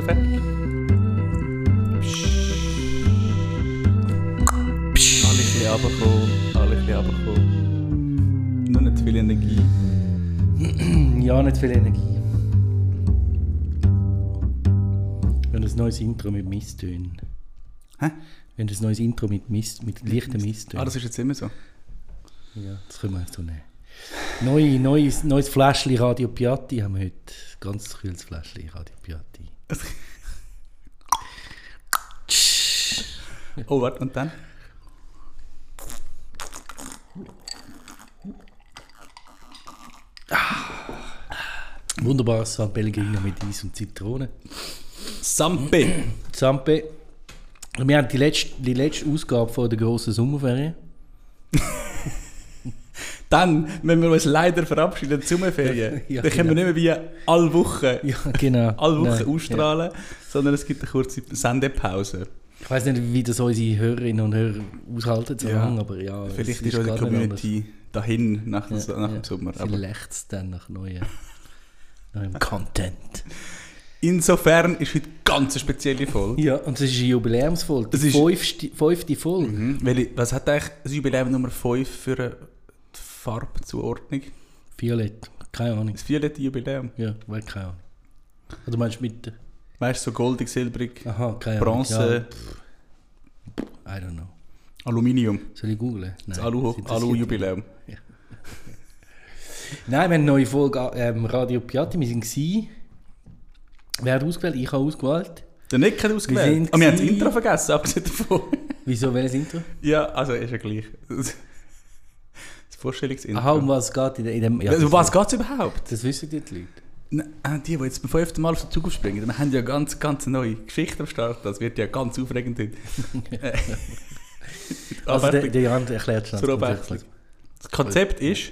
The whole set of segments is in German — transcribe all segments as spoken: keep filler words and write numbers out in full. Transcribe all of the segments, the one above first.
fertig. Psst. Alle ein bisschen runterkommen, alle ein bisschen runterkommen. Nur nicht zu viel Energie. Ja, nicht viel Energie. Wir haben ein neues Intro mit Misstönen. Hä? Wir haben ein neues Intro mit, Mist, mit leichten Misstönen. Ah, das ist jetzt immer so? Ja, das können wir jetzt so nehmen. Neu, neues, neues Fläschchen Radio Piatti haben wir heute. Ganz kühles Fläschchen Radio Piatti. Oh, warte, und dann? Wunderbares San Pellegrino mit Eis und Zitrone. Sampe! Sampe. Wir haben die letzte, die letzte Ausgabe vor der grossen Sommerferien. Dann, wenn wir uns leider verabschieden, die Sommerferien, ja, dann können genau. wir nicht mehr wie alle Wochen, Ja, genau. alle Wochen Nein, ausstrahlen, ja. Sondern es gibt eine kurze Sendepause. Ich weiss nicht, wie das unsere Hörerinnen und Hörer aushalten, so Ja. lange, aber ja. Vielleicht es ist unsere gar nicht Community dahin nach, anders. nach ja, dem ja. Sommer. Sie Aber lechzt dann nach neuen, neuem Content. insofern ist heute ganz eine spezielle Folge. Ja, und das ist eine Jubiläumsfolge, Das die ist- fünfte, fünfte Folge. Mhm. Welche, was hat eigentlich das Jubiläum Nummer fünf für eine Farbzuordnung? Violett, keine Ahnung. Das violette Jubiläum. Ja, weiß keine Ahnung. Oder meinst du mit... Weißt du, so goldig, silbrig, Aha, keine Bronze, Ahnung. Ja, I don't know. Aluminium. Soll ich googlen? Das Nein, Alu- das interessiert Alu-Jubiläum. mich. Nein, wir haben eine neue Folge ähm, Radio Piatti. Wir waren gewesen. Wer hat ausgewählt? Ich habe ausgewählt. Der Nick hat Wir ausgewählt. sind Ah, wir haben das gewesen- Intro vergessen, abgesehen davon. Wieso, welches Intro? Ja, also ist ja gleich. Das Vorstellungsintro. Aha, um was es geht in, de- in dem... Ja, Ja, um das- was geht es überhaupt? Das wissen die Leute. Nein, ah, die, die jetzt beim fünften Mal auf den Zug aufspringen, wir haben ja ganz, ganz neue Geschichte am Start. Das wird ja ganz aufregend heute. Äh, Also aber der, der Jan erklärt schon. zur Abwechslung. Das Konzept ist,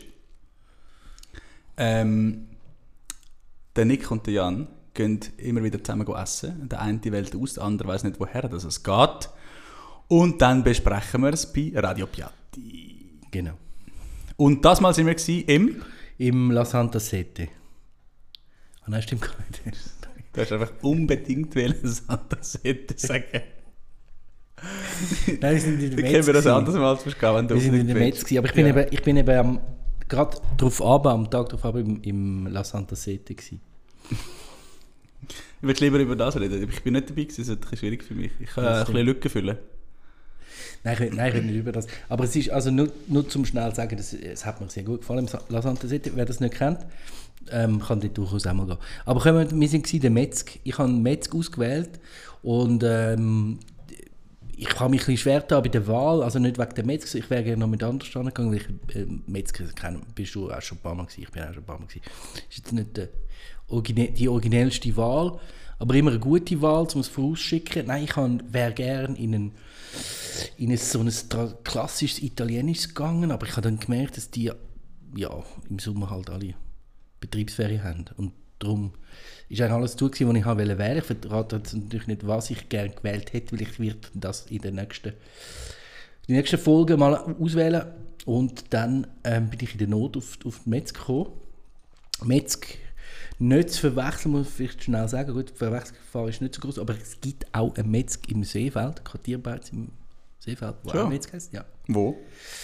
ähm, der Nick und der Jan gehen immer wieder zusammen essen. Der eine wählt aus, der andere weiss nicht, woher das es geht. Und dann besprechen wir es bei Radio Piatti. Genau. Und das Mal sind wir gewesen im... Im La Santa Sette. Ah nein, stimmt gar nicht. Du hast einfach unbedingt Santa Sette sagen. Nein, wir sind in der Dann können wir das Metz anders mal verstehen, wenn du Wir sind in unbedingt der Metz willst. gewesen, aber ich bin Ja. eben, ich bin eben am, gerade drauf runter, am Tag drauf runter im, im La Santa Sette gewesen. Ich würde lieber über das reden. Ich bin nicht dabei gewesen, das ist ein bisschen schwierig für mich. Ich kann äh, ein bisschen Lücken füllen. Nein, ich, will- nein, ich rede nicht über das. Aber es ist, also nur, nur zum schnell sagen, das, es hat mir sehr gut gefallen im Sa- La Santa Sette. Wer das nicht kennt, ähm, kann dort durchaus auch mal gehen. Aber kommen wir, wir sind gewesen, der Metzg. Ich habe Metzg ausgewählt und ähm, ich habe mich ein bisschen schwer getan bei der Wahl, also nicht wegen der Metzg, ich wäre gerne noch mit anderen gegangen, weil ich äh, Metzger kenne, bist du auch schon ein paar Mal gewesen, ich bin auch schon ein paar Mal gewesen. Das ist jetzt nicht äh, origine- die originellste Wahl, aber immer eine gute Wahl, um es vorausschicken. Nein, ich wäre gerne in ein, in ein, so ein tra- klassisches Italienisches gegangen, aber ich habe dann gemerkt, dass die ja, im Sommer halt alle Betriebsferien haben und darum ist eigentlich alles zu, was ich wählen wollte. Ich verrate jetzt natürlich nicht, was ich gerne gewählt hätte, weil ich werde das in der nächsten, die nächsten Folge mal auswählen. Und dann ähm, bin ich in der Not auf, auf die Metzg gekommen. Metzg nicht zu verwechseln, muss ich vielleicht schnell sagen. Gut, die Verwechslungsgefahr ist nicht so groß, aber es gibt auch eine Metzg im Seefeld, Quartierbeiz im Seefeld, wo Schon? auch Metzg heisst. Ja. Wo?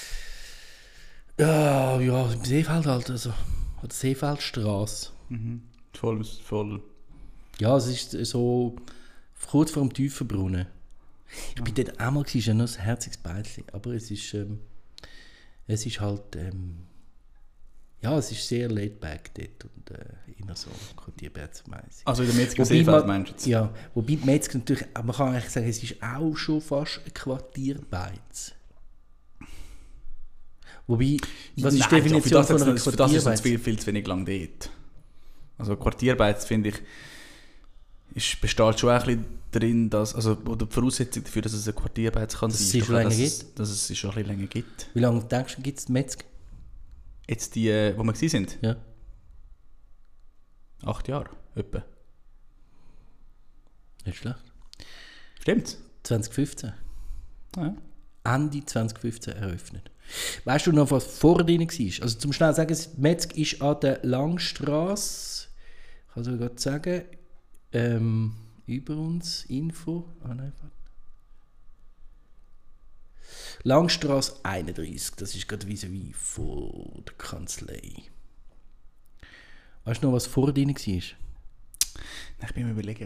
Ja, ja, im Seefeld halt, also an der Seefeldstraße. Mhm. Voll, voll. Ja, es ist so kurz vor dem Tiefenbrunnen. Ich bin dort einmal, es ist ja noch ein herziges Beilchen, aber es ist, ähm, es ist halt, ähm, ja, es ist sehr laid back dort und äh, immer so quartierbeizenmässig. Also in der Metzger Wobei Seefeld man- meinst du jetzt? Ja, wobei die Metzger natürlich, aber man kann eigentlich sagen, es ist auch schon fast ein Quartierbeiz. Wobei, was ist die Nein, Definition für das, von einer für das ist es Quartierbeiz? viel, viel zu wenig lang dort. Also Quartierbeiz, finde ich, ist, besteht schon ein bisschen drin, dass, also oder die Voraussetzung dafür, dass es ein Quartierbeiz kann Dass sein, es ist schon doch, länger dass, gibt? es, dass es schon ein bisschen länger gibt. Wie lange denkst du, gibt es die Metzger? Jetzt die, äh, wo wir gewesen sind, Ja. acht Jahre, etwa. Nicht schlecht. Stimmt's? zwanzig fünfzehn. Ja. Ende zwanzig fünfzehn eröffnet. Weißt du noch, was vor denen war? Also zum schnell sagen, das Metzg ist an der Langstrasse, ich kann es gerade sagen, ähm, über uns Info. Ah, nein, warte. Langstrasse einunddreißig, das ist gerade vis-à-vis vor der Kanzlei. Weißt du noch, was vor dir war? Ich bin mir überlegen.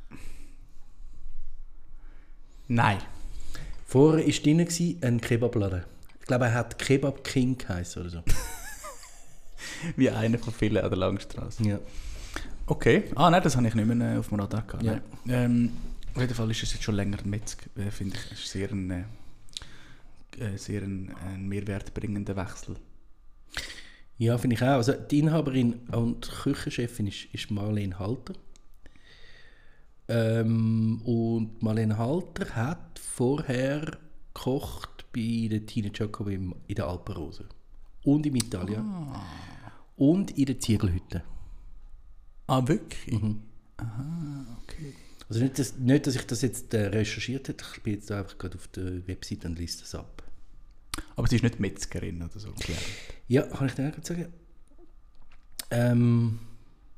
Nein. Vorher war drin ein Kebabladen. Ich glaube, er hat Kebab King geheißen oder so. Wie einer von vielen an der Langstrasse. Ja. Okay. Ah nein, das habe ich nicht mehr auf dem Radar gehabt. Ja. Ähm, auf jeden Fall ist es jetzt schon länger ein Metzg, äh, finde ich. Es ist sehr ein, äh, sehr ein, ein mehrwertbringender Wechsel. Ja, finde ich auch. Also die Inhaberin und Küchenchefin ist, ist Marlene Halter. Ähm, und Marlene Halter hat vorher gekocht bei der Tina Giacomo in der Alpenrose. Und im Italien. Ah. Und in der Ziegelhütte. Ah, wirklich? Mhm. Aha, okay. Also nicht, dass, nicht, dass ich das jetzt äh, recherchiert habe, ich bin jetzt einfach gerade auf der Webseite und lese das ab. Aber sie ist nicht Metzgerin oder so? Klar. Ja, kann ich dir auch gerade sagen. Ähm,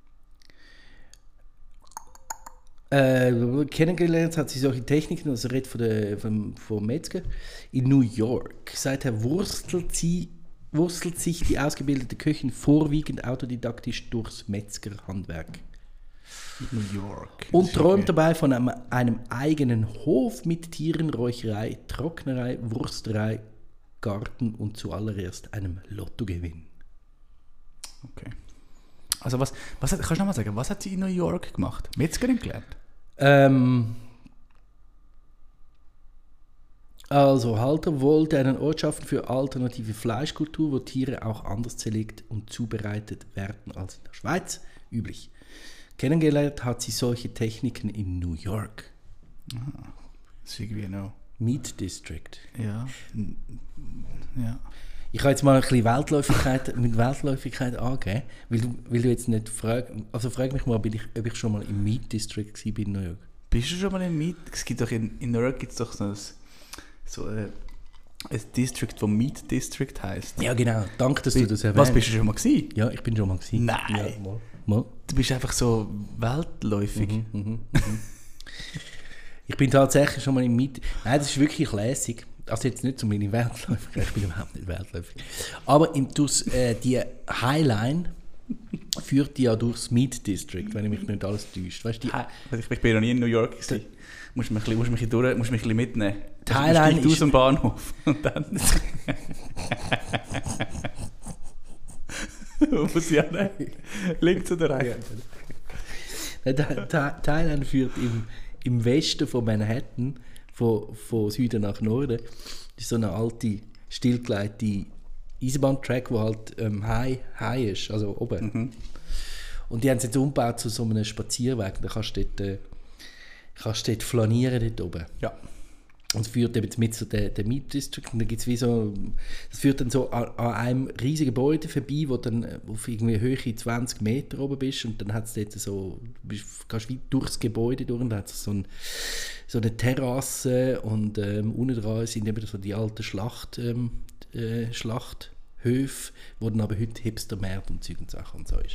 äh, kennengelernt hat sie solche Techniken, also redet von der vom, vom Metzger, in New York. Seither wurstelt, sie, wurstelt sich die ausgebildete Köchin vorwiegend autodidaktisch durchs Metzgerhandwerk. New York. Und träumt dabei von einem, einem eigenen Hof mit Tierenräucherei, Trocknerei, Wursterei, Garten und zuallererst einem Lottogewinn. Okay. Also was, was hat, kannst du noch mal sagen, was hat sie in New York gemacht? Metzgerin gelernt? Ähm, also Halter wollte einen Ort schaffen für alternative Fleischkultur, wo Tiere auch anders zerlegt und zubereitet werden als in der Schweiz üblich. Kennengelernt hat sie solche Techniken in New York. Ah, das ist irgendwie noch... Meat District. Ja. Ja. Ich kann jetzt mal ein bisschen Weltläufigkeit, mit Weltläufigkeit angeben, weil du, weil du jetzt nicht fragst, also frag mich mal, ob ich, ob ich schon mal im Meat District war in New York. Bist du schon mal im Meat? Es gibt doch in, in New York gibt es doch so ein, so ein, ein District, das Meat District heisst. Ja genau, danke, dass Wie, du das erwähnst. Was, bist du schon mal gewesen? Ja, ich bin schon mal gewesen. Nein. Ja, mal. Mal. Du bist einfach so weltläufig. Mhm, mhm, mhm. Ich bin tatsächlich schon mal im Meat. Nein, das ist wirklich lässig. Also jetzt nicht zu meiner Weltläufigkeit, ich bin überhaupt nicht weltläufig. Aber im, durchs, äh, die Highline führt die ja durchs Meat District, wenn ich mich nicht alles täuscht. Weißt, die, Also ich, ich bin noch nie in New York gewesen. Musst mich, musst mich, durch, musst mich ein bisschen mitnehmen. Die Also, Highline du steigst aus ist- dem Bahnhof und dann... Wo muss ich hin? Links oder rechts? Nein, Tha- Tha- Thailand führt im, im Westen von Manhattan, von, von Süden nach Norden, das ist so eine alte, stillgelegte Eisenbahntrack, wo halt ähm, high, high ist, also oben. Mhm. Und die haben es jetzt umgebaut zu so einem Spazierweg, da kannst du dort, äh, kannst du dort flanieren dort oben. Ja. Und es führt eben mit so der, der Meat District und da gibt's wie so, das führt dann so an, an einem riesigen Gebäude vorbei, wo dann auf irgendwie Höhe zwanzig Meter oben bist und dann hat es dort so, du bist, kannst wie durchs Gebäude durch und da hat es so, ein, so eine Terrasse und ähm, unten dran sind eben so die alten Schlacht, ähm, äh, Schlachthöfe, wo dann aber heute Hipster-Märkte und Zeug und Sachen und so ist.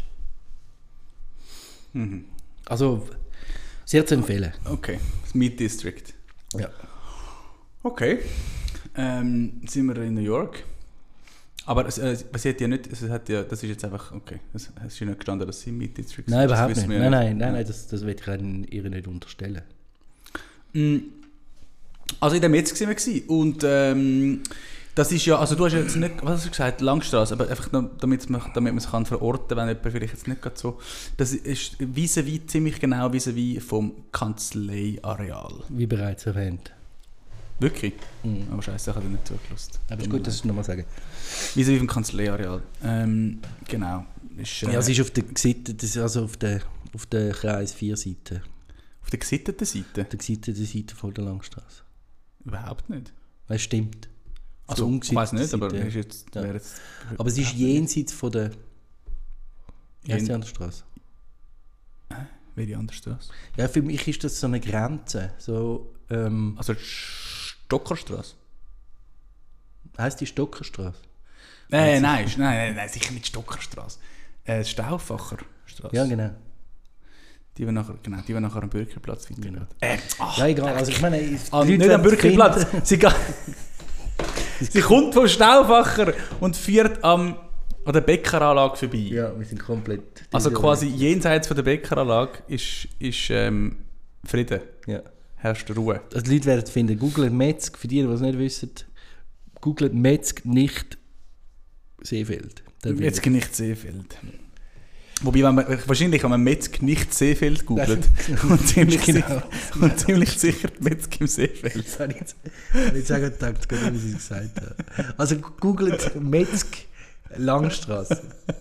Mhm. Also sehr zu empfehlen. Okay, das Meat District. Ja. Okay, ähm, sind wir in New York. Aber es, äh, sie hat ja nicht, es hat ja, das ist jetzt einfach, okay, es, es ist ja nicht gestanden, dass sie im Meat District Nein, sind. Das überhaupt wissen nicht. wir Nein, ja nein, nein, nein, das, das will ich ihnen- ihr nicht unterstellen. Mm, Also in dem Metz waren wir gewesen. Und ähm, das ist ja, also du hast ja jetzt nicht, was hast du gesagt, Langstrasse, aber einfach noch, damit man damit man es kann verorten kann, wenn jemand vielleicht jetzt nicht gerade so, das ist vis-à-vis, ziemlich genau vis-à-vis vom Kanzleiareal. Wie bereits erwähnt. Wirklich? Mhm. Aber scheiße, ich habe dir nicht zugelassen. Aber ist gut, dass du nochmal sagen. Vis-à-vis vom Kanzleiareal. Ähm, genau. Ist, äh, Ja, es ist auf der gesitteten, also auf der, auf der Kreis vier Seite. auf der gesitteten Seite? Auf der gesitteten Seite von der Langstrasse. Überhaupt nicht. Das stimmt. Auf Also, der ich weiß nicht, aber ungesitteten ist jetzt, Ja. wäre jetzt... Aber es ist jenseits von der... Wie heisst die Jen- andere Straße? Welche andere Straße? Ja, für mich ist das so eine Grenze. So, ähm, Also die Stockerstraße? heisst die Stockerstraße? Äh, nein, ist- nein, nein, nein, sicher nicht Stockerstraße. Äh, Stauffacher Straße. Ja, genau. Die, die nachher, genau, die, die nachher am Bürgerplatz weitergeht. Genau. Äh, ach, ja, egal. Also ich meine, die ah, nicht am Bürgerplatz. Sie, sie kommt vom Stauffacher und fährt am, an der Bäckeranlage vorbei. Ja, wir sind komplett... Also quasi jenseits von der Bäckeranlage ist, ist ähm, Frieden. Ja. Herrscht Ruhe. Also die Leute werden finden, googelt Metzg, für die, die es nicht wissen, googelt Metzg nicht Seefeld. Metzg nicht Seefeld. Wobei, wenn man, wahrscheinlich, wenn man Metzg nicht Seefeld googelt und, ziemlich genau. sicher, und ziemlich sicher Metzg im Seefeld. Das habe ich jetzt, habe ich jetzt auch gedacht, gerade wie Sie es gesagt haben. Also googelt Metzg Langstrasse.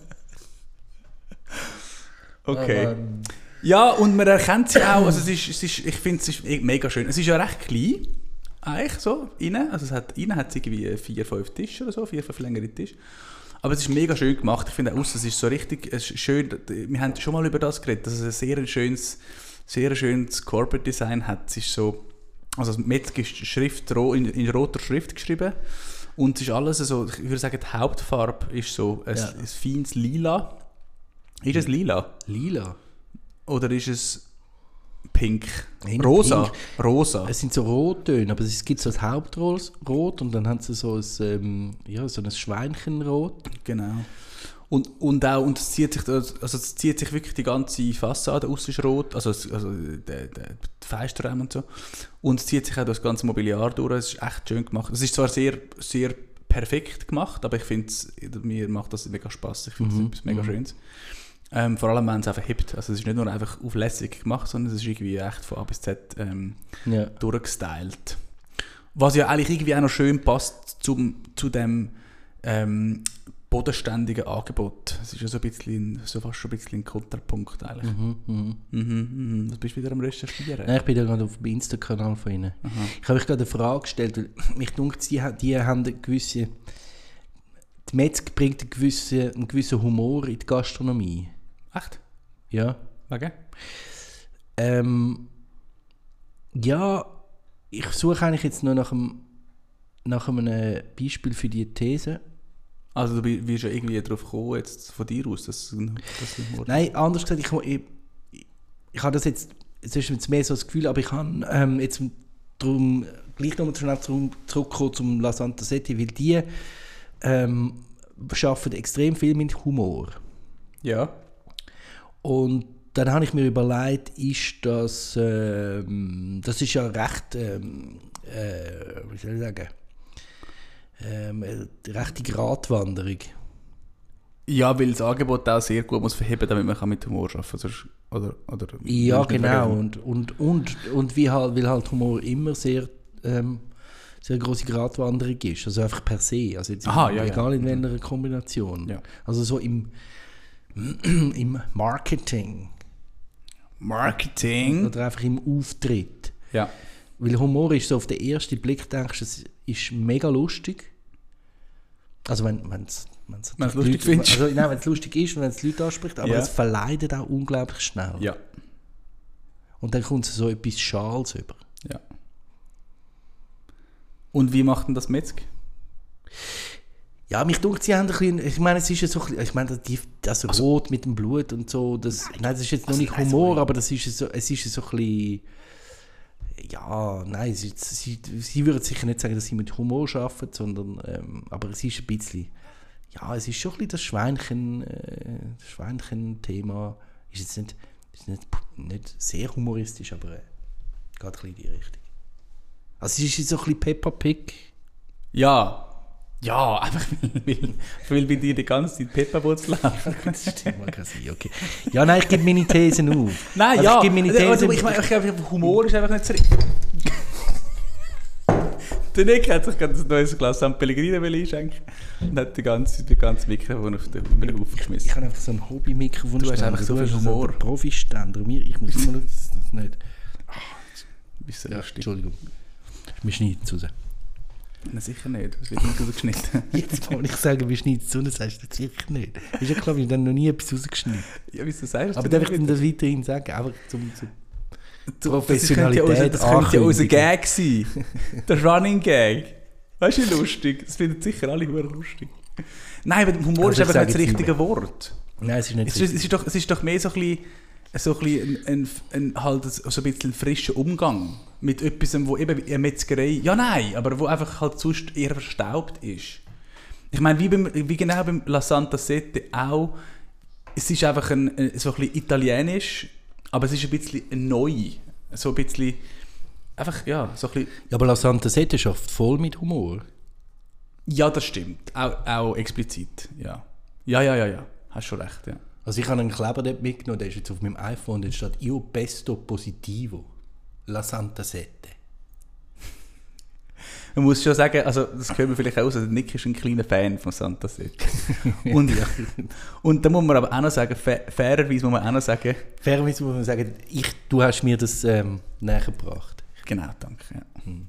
Okay. Aber, ja, und man erkennt sie auch, also es ist, es ist, ich finde es ist mega schön. Es ist ja recht klein, eigentlich so, innen. Also es hat, innen hat es irgendwie vier, fünf Tische oder so, vier, fünf längere Tische. Aber es ist mega schön gemacht. Ich finde auch, es ist so richtig es ist schön. Wir haben schon mal über das geredet, dass es ein sehr schönes, sehr schönes Corporate Design hat. Es ist so, also Metzg ist Schrift, in, in roter Schrift geschrieben. Und es ist alles so, ich würde sagen, die Hauptfarbe ist so ein, Ja. ein feines Lila. Ist es lila? Lila. Oder ist es pink? Nein, Rosa? pink. Rosa. Es sind so Rottöne, aber es gibt so das Hauptrot und dann haben sie so ein, ähm, ja, so ein Schweinchenrot. Genau. Und, und auch, und es zieht sich, also es zieht sich wirklich die ganze Fassade aus, ist rot, also, es- also der, der, die Fensterrahmen und so. Und es zieht sich auch durch das ganze Mobiliar durch, es ist echt schön gemacht. Es ist zwar sehr, sehr perfekt gemacht, aber ich finde es, mir macht das mega Spass, ich finde es Mhm, etwas mega mhm. Schönes. Ähm, vor allem, wenn es einfach hebt. Also es ist nicht nur einfach auf lässig gemacht, sondern es ist irgendwie echt von A bis Z ähm, Ja. durchgestylt. Was ja eigentlich irgendwie auch noch schön passt zum, zu dem ähm, bodenständigen Angebot. Es ist ja so, ein bisschen, so fast schon ein bisschen ein Kontrapunkt eigentlich. Mhm, mhm. Mhm, mhm. Was bist du wieder am Recherchieren? Nein, ich bin ja gerade auf dem Insta-Kanal von Ihnen. Aha. Ich habe mich gerade eine Frage gestellt, weil mich denkt, die, die haben eine gewisse... Die Metzg bringt einen gewissen, einen gewissen Humor in die Gastronomie. Echt? Ja. Wegen? Ähm, ja, ich suche eigentlich jetzt nur nach einem, nach einem Beispiel für diese These. Also du bi- wirst ja irgendwie darauf kommen, jetzt von dir aus, dass das Humor... Nein, anders gesagt, ich, ich, ich, ich habe das jetzt, es ist jetzt mehr so das Gefühl, aber ich habe ähm, jetzt darum, gleich nochmal schnell zurück- zurückkommen zum La Santa Setti, weil die ähm, arbeiten extrem viel mit Humor. Ja. Und dann habe ich mir überlegt, ist das, ähm, das ist ja recht, ähm, äh, wie soll ich sagen, ähm, eine rechte Gratwanderung. Ja, weil das Angebot auch sehr gut muss verheben, damit man kann mit Humor arbeiten kann. Sonst- Oder, oder, Ja, sonst nicht genau. verheben. Und, und, und, und wie halt, weil halt Humor immer sehr, ähm, sehr grosse Gratwanderung ist. Also einfach per se. Also jetzt Aha, ja, egal ja. in welcher Kombination. Ja. Also so im, im Marketing. Marketing. Oder einfach im Auftritt. Ja. Weil Humor ist so auf den ersten Blick, denkst du, es ist mega lustig. Also wenn es Wenn du's lustig findest. Also, nein, wenn es lustig ist und wenn es die Leute anspricht, aber Ja. es verleidet auch unglaublich schnell. Ja. Und dann kommt so etwas Schals über. Ja. Und wie macht denn das Metzg? Ja, mich denkt, sie haben ein bisschen, ich meine, es ist ja so, ein bisschen- ich meine, die, das Rot mit dem Blut und so, das, nein, das ist jetzt noch Also, nicht nein, Humor, sorry. aber das ist so, es ist so ein bisschen, ja, nein, es ist, sie, sie würden sicher nicht sagen, dass sie mit Humor arbeiten, sondern, ähm, aber es ist ein bisschen, ja, es ist schon ein bisschen das Schweinchen, äh, das Schweinchen-Thema, ist jetzt nicht, ist nicht, nicht sehr humoristisch, aber äh, geht ein bisschen in die Richtung. Also es ist jetzt so ein bisschen Peppa Pig. Ja. Ja, einfach weil, weil, weil bei dir die ganze Zeit Pepperwurz läuft. Das stimmt, man kann sein, okay. Ja, nein, ich gebe meine Thesen auf. Nein, Also ja. ich gebe meine Thesen also, ich meine, ich glaube, Humor ist einfach nicht so richtig. Der Nick hat sich gerade ein neues Glas San Pellegrino einschenken und hat die ganze, die ganze Mikrofon auf den, über den Haufen geschmissen. Ich habe einfach so ein Hobby-Mikrofon. Du hast einfach so viel Humor. So Profi-Ständer. Mir- Ich muss immer schauen, dass das nicht... Bist du Ja, lustig? Entschuldigung. Wir schneiden es raus. Nein, sicher nicht. Es wird nicht rausgeschnitten. Jetzt, wenn ich sage, wir schneiden es raus, sagst du sicher nicht. Ist ja klar, wir haben dann noch nie etwas rausgeschnitten. Ja, wieso sagst du Aber das darf ich nicht? denn das weiterhin sagen? Einfach zum... zum Du, Professionalität Das könnte ja unser ankündigen. Gag sein. Der Running Gag. Weißt du, wie lustig? Das finden sicher alle verdammt lustig. Nein, aber Humor Also ist ich einfach sage nicht das jetzt nicht richtige Wort. Nein, es ist nicht Es so. ist, es, ist doch, es ist doch mehr so ein bisschen, so ein bisschen ein, ein, ein, halt so ein bisschen frischer Umgang mit etwas, wo eben eine Metzgerei, ja nein, aber wo einfach halt sonst eher verstaubt ist. Ich meine, wie, beim, wie genau beim La Santa Sette auch, es ist einfach ein, ein, so ein bisschen italienisch, aber es ist ein bisschen neu, so ein bisschen, einfach, ja, so ein bisschen... Ja, aber La Santa Sette schafft voll mit Humor. Ja, das stimmt, auch, auch explizit, ja. Ja, ja, ja, ja, hast schon recht, ja. Also ich habe einen Kleber dort mitgenommen, der ist jetzt auf meinem iPhone, da steht «Io pesto positivo, La Santa Sette». Man muss schon sagen, also das können wir vielleicht auch sagen, Nick ist ein kleiner Fan von Santa Sette. Und, und da muss man aber auch noch sagen, fa- fairerweise muss man auch noch sagen... Fairerweise muss man sagen, ich, du hast mir das ähm, näher gebracht. Genau, danke. Ja, hm.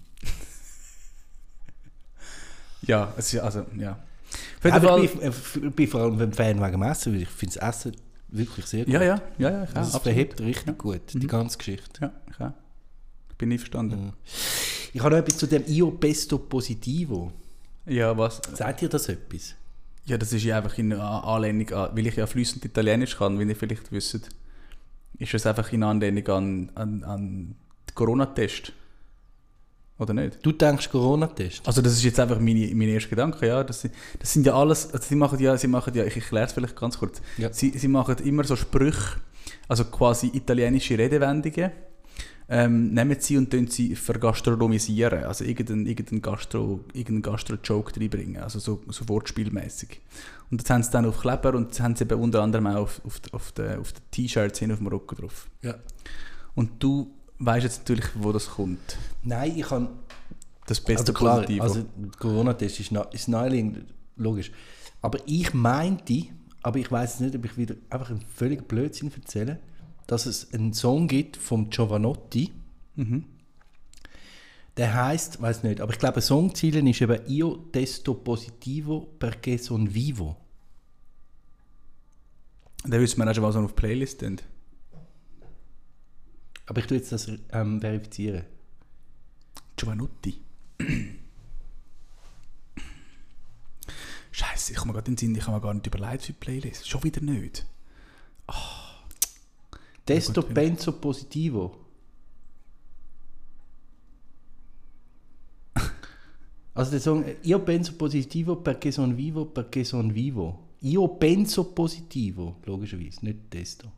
Ja, es ist also, ja. Aber ich bin, ich bin vor allem ein Fan wegen dem Essen, weil ich finde das Essen wirklich sehr gut. Ja, ja, ja, ja ich also es verhebt richtig ja. gut, die mhm. ganze Geschichte. Ja, ich auch. Bin nicht verstanden. Mhm. Ich habe noch etwas zu dem «Io pesto positivo». Ja, was? Sagt ihr das etwas? Ja, das ist ja einfach in Anlehnung an, weil ich ja fließend Italienisch kann, wie ihr vielleicht wisst, ist es einfach in Anlehnung an, an, an den Corona-Test. Oder nicht? Du denkst Corona-Test? Also das ist jetzt einfach meine, meine erste Gedanke, ja. Das, das sind ja alles, also sie machen ja, sie machen ja, ich erkläre es vielleicht ganz kurz, ja. sie, sie machen immer so Sprüche, also quasi italienische Redewendungen, ähm, nehmen sie und tun sie vergastronomisieren, also irgendeinen irgendein Gastro, irgendein Gastro-Joke reinbringen, also so, so wortspielmäßig. Und das haben sie dann auf Kleber und das haben sie eben unter anderem auch auf, auf, auf den auf den T-Shirts hin auf dem Rücken drauf. Ja. Und du weißt jetzt natürlich, wo das kommt. Nein, ich kann... Das beste also klar, Positivo. also Corona-Test ist, ist naheliegend, logisch. Aber ich meinte, aber ich weiß nicht, ob ich wieder einfach einen völligen Blödsinn erzähle, dass es einen Song gibt vom Giovanotti. Mhm. Der heisst, weiß nicht, aber ich glaube, Songziel ist eben «Io testo positivo perché son vivo». Da wissen wir auch schon, was wir auf Playlist sind. Aber ich tue jetzt das ähm, verifizieren. Giovanotti. Scheiße, ich komme gerade in den Sinn, ich habe mir gar nicht überlegt für die Playlist. Schon wieder nicht. Oh. Testo penso positivo. Also der Song «Io penso positivo perché son vivo, perché son vivo». «Io penso positivo», logischerweise, nicht «testo».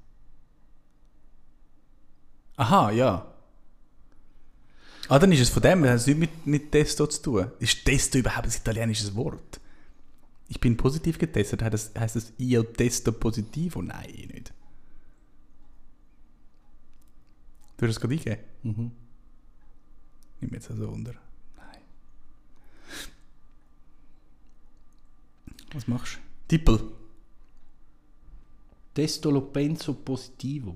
Aha, ja. Ah, dann ist es von dem, das hat nichts mit, mit Testo zu tun. Ist Testo überhaupt ein italienisches Wort? Ich bin positiv getestet, heißt das, heißt das «Io testo positivo»? Nein, nicht. Du hast es gerade eingegeben? Mhm. Nimm jetzt also unter. Nein. Was machst du? Tippel. «Testo lo penso positivo».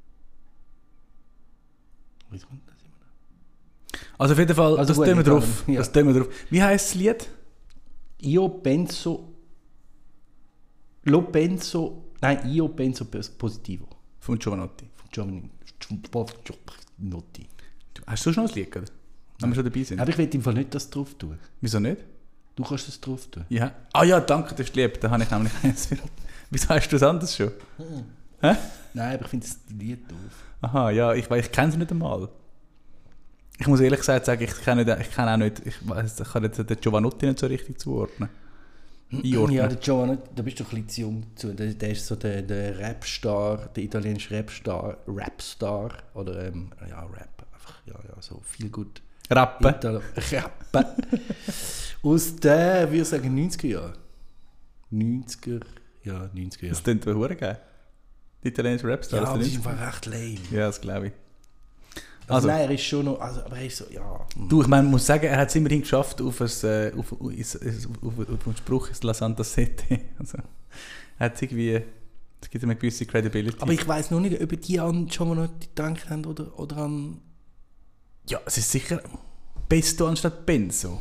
Also auf jeden Fall, also das gut, tun wir drauf. Ja. Das tun wir drauf. Wie heisst das Lied? Io penso... Lo penso... Nein, io penso positivo. Von Giovanotti. Von Giovanotti. Hast du schon ein Lied, oder? Wenn wir schon dabei sind. Aber ich will im Fall nicht das drauf tun. Wieso nicht? Du kannst es drauf tun. Ja. Ah ja, danke, das ist lieb. Da habe ich nämlich eins. Wieso hast du das anders schon? Hm. Hä? Nein, aber ich finde das Lied doof. Aha, ja, ich, ich kenne es nicht einmal. Ich muss ehrlich gesagt sagen, ich kenne, nicht, ich kenne auch nicht, ich, weiss, ich kann jetzt den Giovanotti nicht so richtig zuordnen. Einordnen. Ja, der Giovanotti, da bist du ein bisschen zu jung dazu. Der, der ist so der, der Rapstar, der italienische Rapstar, Rapstar, oder ähm, ja, Rap, einfach, ja, ja, so viel gut. Rappen. Italo- Rappen. Aus den, würde ich sagen, neunziger Jahren. neunziger, ja, neunziger Jahre. Das klingt aber verdammt geil. Die italienische Rapstar. Ja, aber das ist nicht? einfach recht lame. Ja, das glaube ich. Also, Also, nein, er ist schon noch, also, aber er ist so, ja. du, ich meine, muss sagen, er hat es immerhin geschafft auf, ein, äh, auf, auf, auf, auf den Spruch ist La Santa Sette. Also, er hat irgendwie, es gibt ihm eine gewisse Credibility. Aber ich weiss noch nicht, ob die an Giovanotti gedacht haben oder, oder an... Ja, es ist sicher Pesto anstatt Benzo.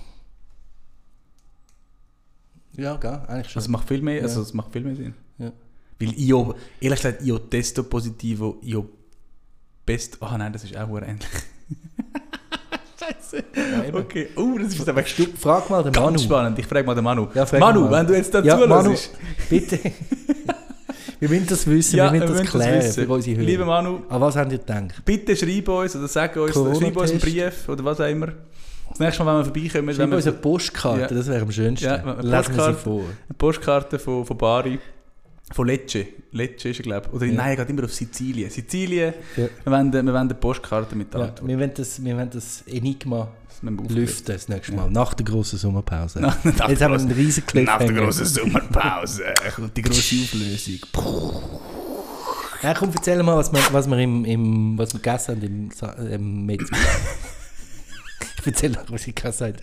Ja, gell, eigentlich schon. Also es macht viel mehr, Ja. also es macht viel mehr Sinn. Ja. Weil io, ehrlich gesagt, io testo positivo, io best... Ah oh nein, das ist auch sehr ähnlich. Scheiße. Ja, okay, oh, das ist aber Du, frag mal den ganz Manu. spannend. Ich frage mal den Manu. Ja, frag Manu, mal. wenn du jetzt dazu Ja, Manu, hörst. bitte. Wir müssen das wissen, Ja, wir müssen wir das müssen das klären wissen. für unsere Hörer. Lieber Manu, An was habt ihr gedacht? bitte schreib uns oder sag uns, Corona-Test. schreib uns einen Brief oder was auch immer. Das nächste Mal, wenn wir vorbeikommen, wenn Schreib wir uns eine Postkarte, Ja. das wäre am schönsten. Ja, eine Lesen wir sie Postkarte. vor. eine Postkarte von, von Bari, von Lecce. Lecce ist er, glaube ich. Oder Ja. nein, er geht immer auf Sizilien. Sizilien, Ja. wir, wollen, wir wollen eine Postkarte mit der Ja, Antwort. wir wollen das, wir wollen das Enigma Das müssen wir auflösen. lüften das nächste Mal, nach der grossen Sommerpause. Nach, nach Jetzt der haben wir einen grossen- riesen Nach der Cliffhanger. grossen Sommerpause kommt die grosse Auflösung. Ja, komm, erzähl mal, was wir, was wir, im, im, was wir gegessen haben im, Sa- im Metzger. Ich erzähl noch, was ich gegessen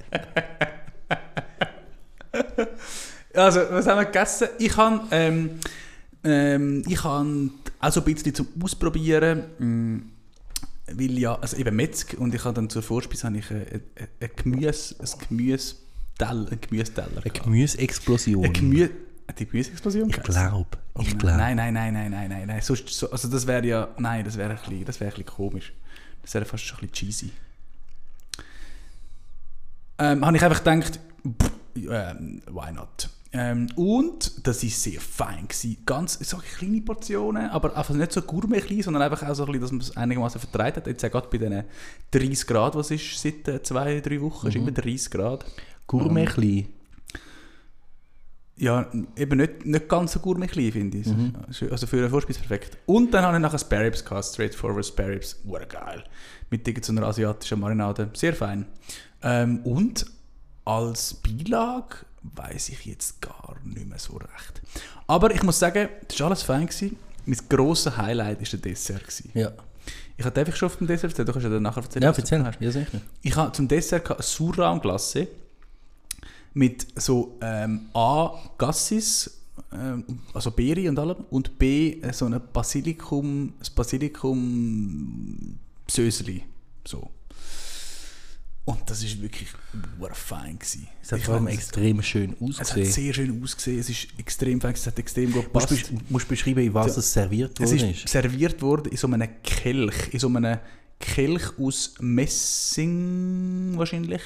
habe. Also, was haben wir gegessen? Ich habe ähm, ähm, ich habe also ein bisschen zum Ausprobieren, mh, weil ja, also eben Metzg, und ich habe dann zur Vorspeise habe ich ein, ein, ein Gemüse, ein Gemüseteller, ein Gemüseteller. Eine Gemüseexplosion. Ein Gemüse, die Gemüseexplosion? Ich glaube, Oh, ich nein, glaube. nein, nein, nein, nein, nein, nein, nein. Sonst, so, also das wäre ja, nein, das wäre ein bisschen, das wäre ein bisschen komisch. Das wäre fast schon ein bisschen cheesy. Ähm, habe ich einfach gedacht, pff, ähm, why not? Ähm, und das war sehr fein gewesen. Ganz so kleine Portionen, aber einfach nicht so gourmet klein, sondern einfach auch so ein bisschen, dass man es einigermaßen vertreibt hat. Jetzt auch gerade bei diesen dreißig Grad, was ist seit äh, zwei, drei Wochen, ist immer dreißig Grad. Gourmet klein. Ja, eben nicht, nicht ganz so gourmet klein, finde ich. Also für eine Vorspeise perfekt. Und dann habe ich nachher Spare Ribs gehabt, Straightforward Spare Ribs. Urgeil. Mit irgendeiner asiatischen Marinade. Sehr fein. Ähm, und als Beilage weiss ich jetzt gar nicht mehr so recht. Aber ich muss sagen, das war alles fein gewesen. Mein grosses Highlight war der Dessert gewesen. Ja. Ich hatte einfach schon auf dem Dessert erzählt, du kannst ja dann nachher erzählen. Ja, was du erzähl. hast. Ja, sicher. Ich habe zum Dessert gehabt eine Sauerraumglasse mit so ähm, A. Gassis, ähm, also Beere und allem, und B. äh, so ein Basilikum, das Basilikum Söseli, so. Und das war wirklich sehr fein gewesen. Es hat Ich vor allem meine, extrem schön es hat ausgesehen. sehr schön ausgesehen, es ist extrem fein, es hat extrem gut Musst gepasst. du musst beschreiben, in was Ja. es serviert Es worden ist ist. serviert worden in so einem Kelch, in so einem Kelch aus Messing wahrscheinlich.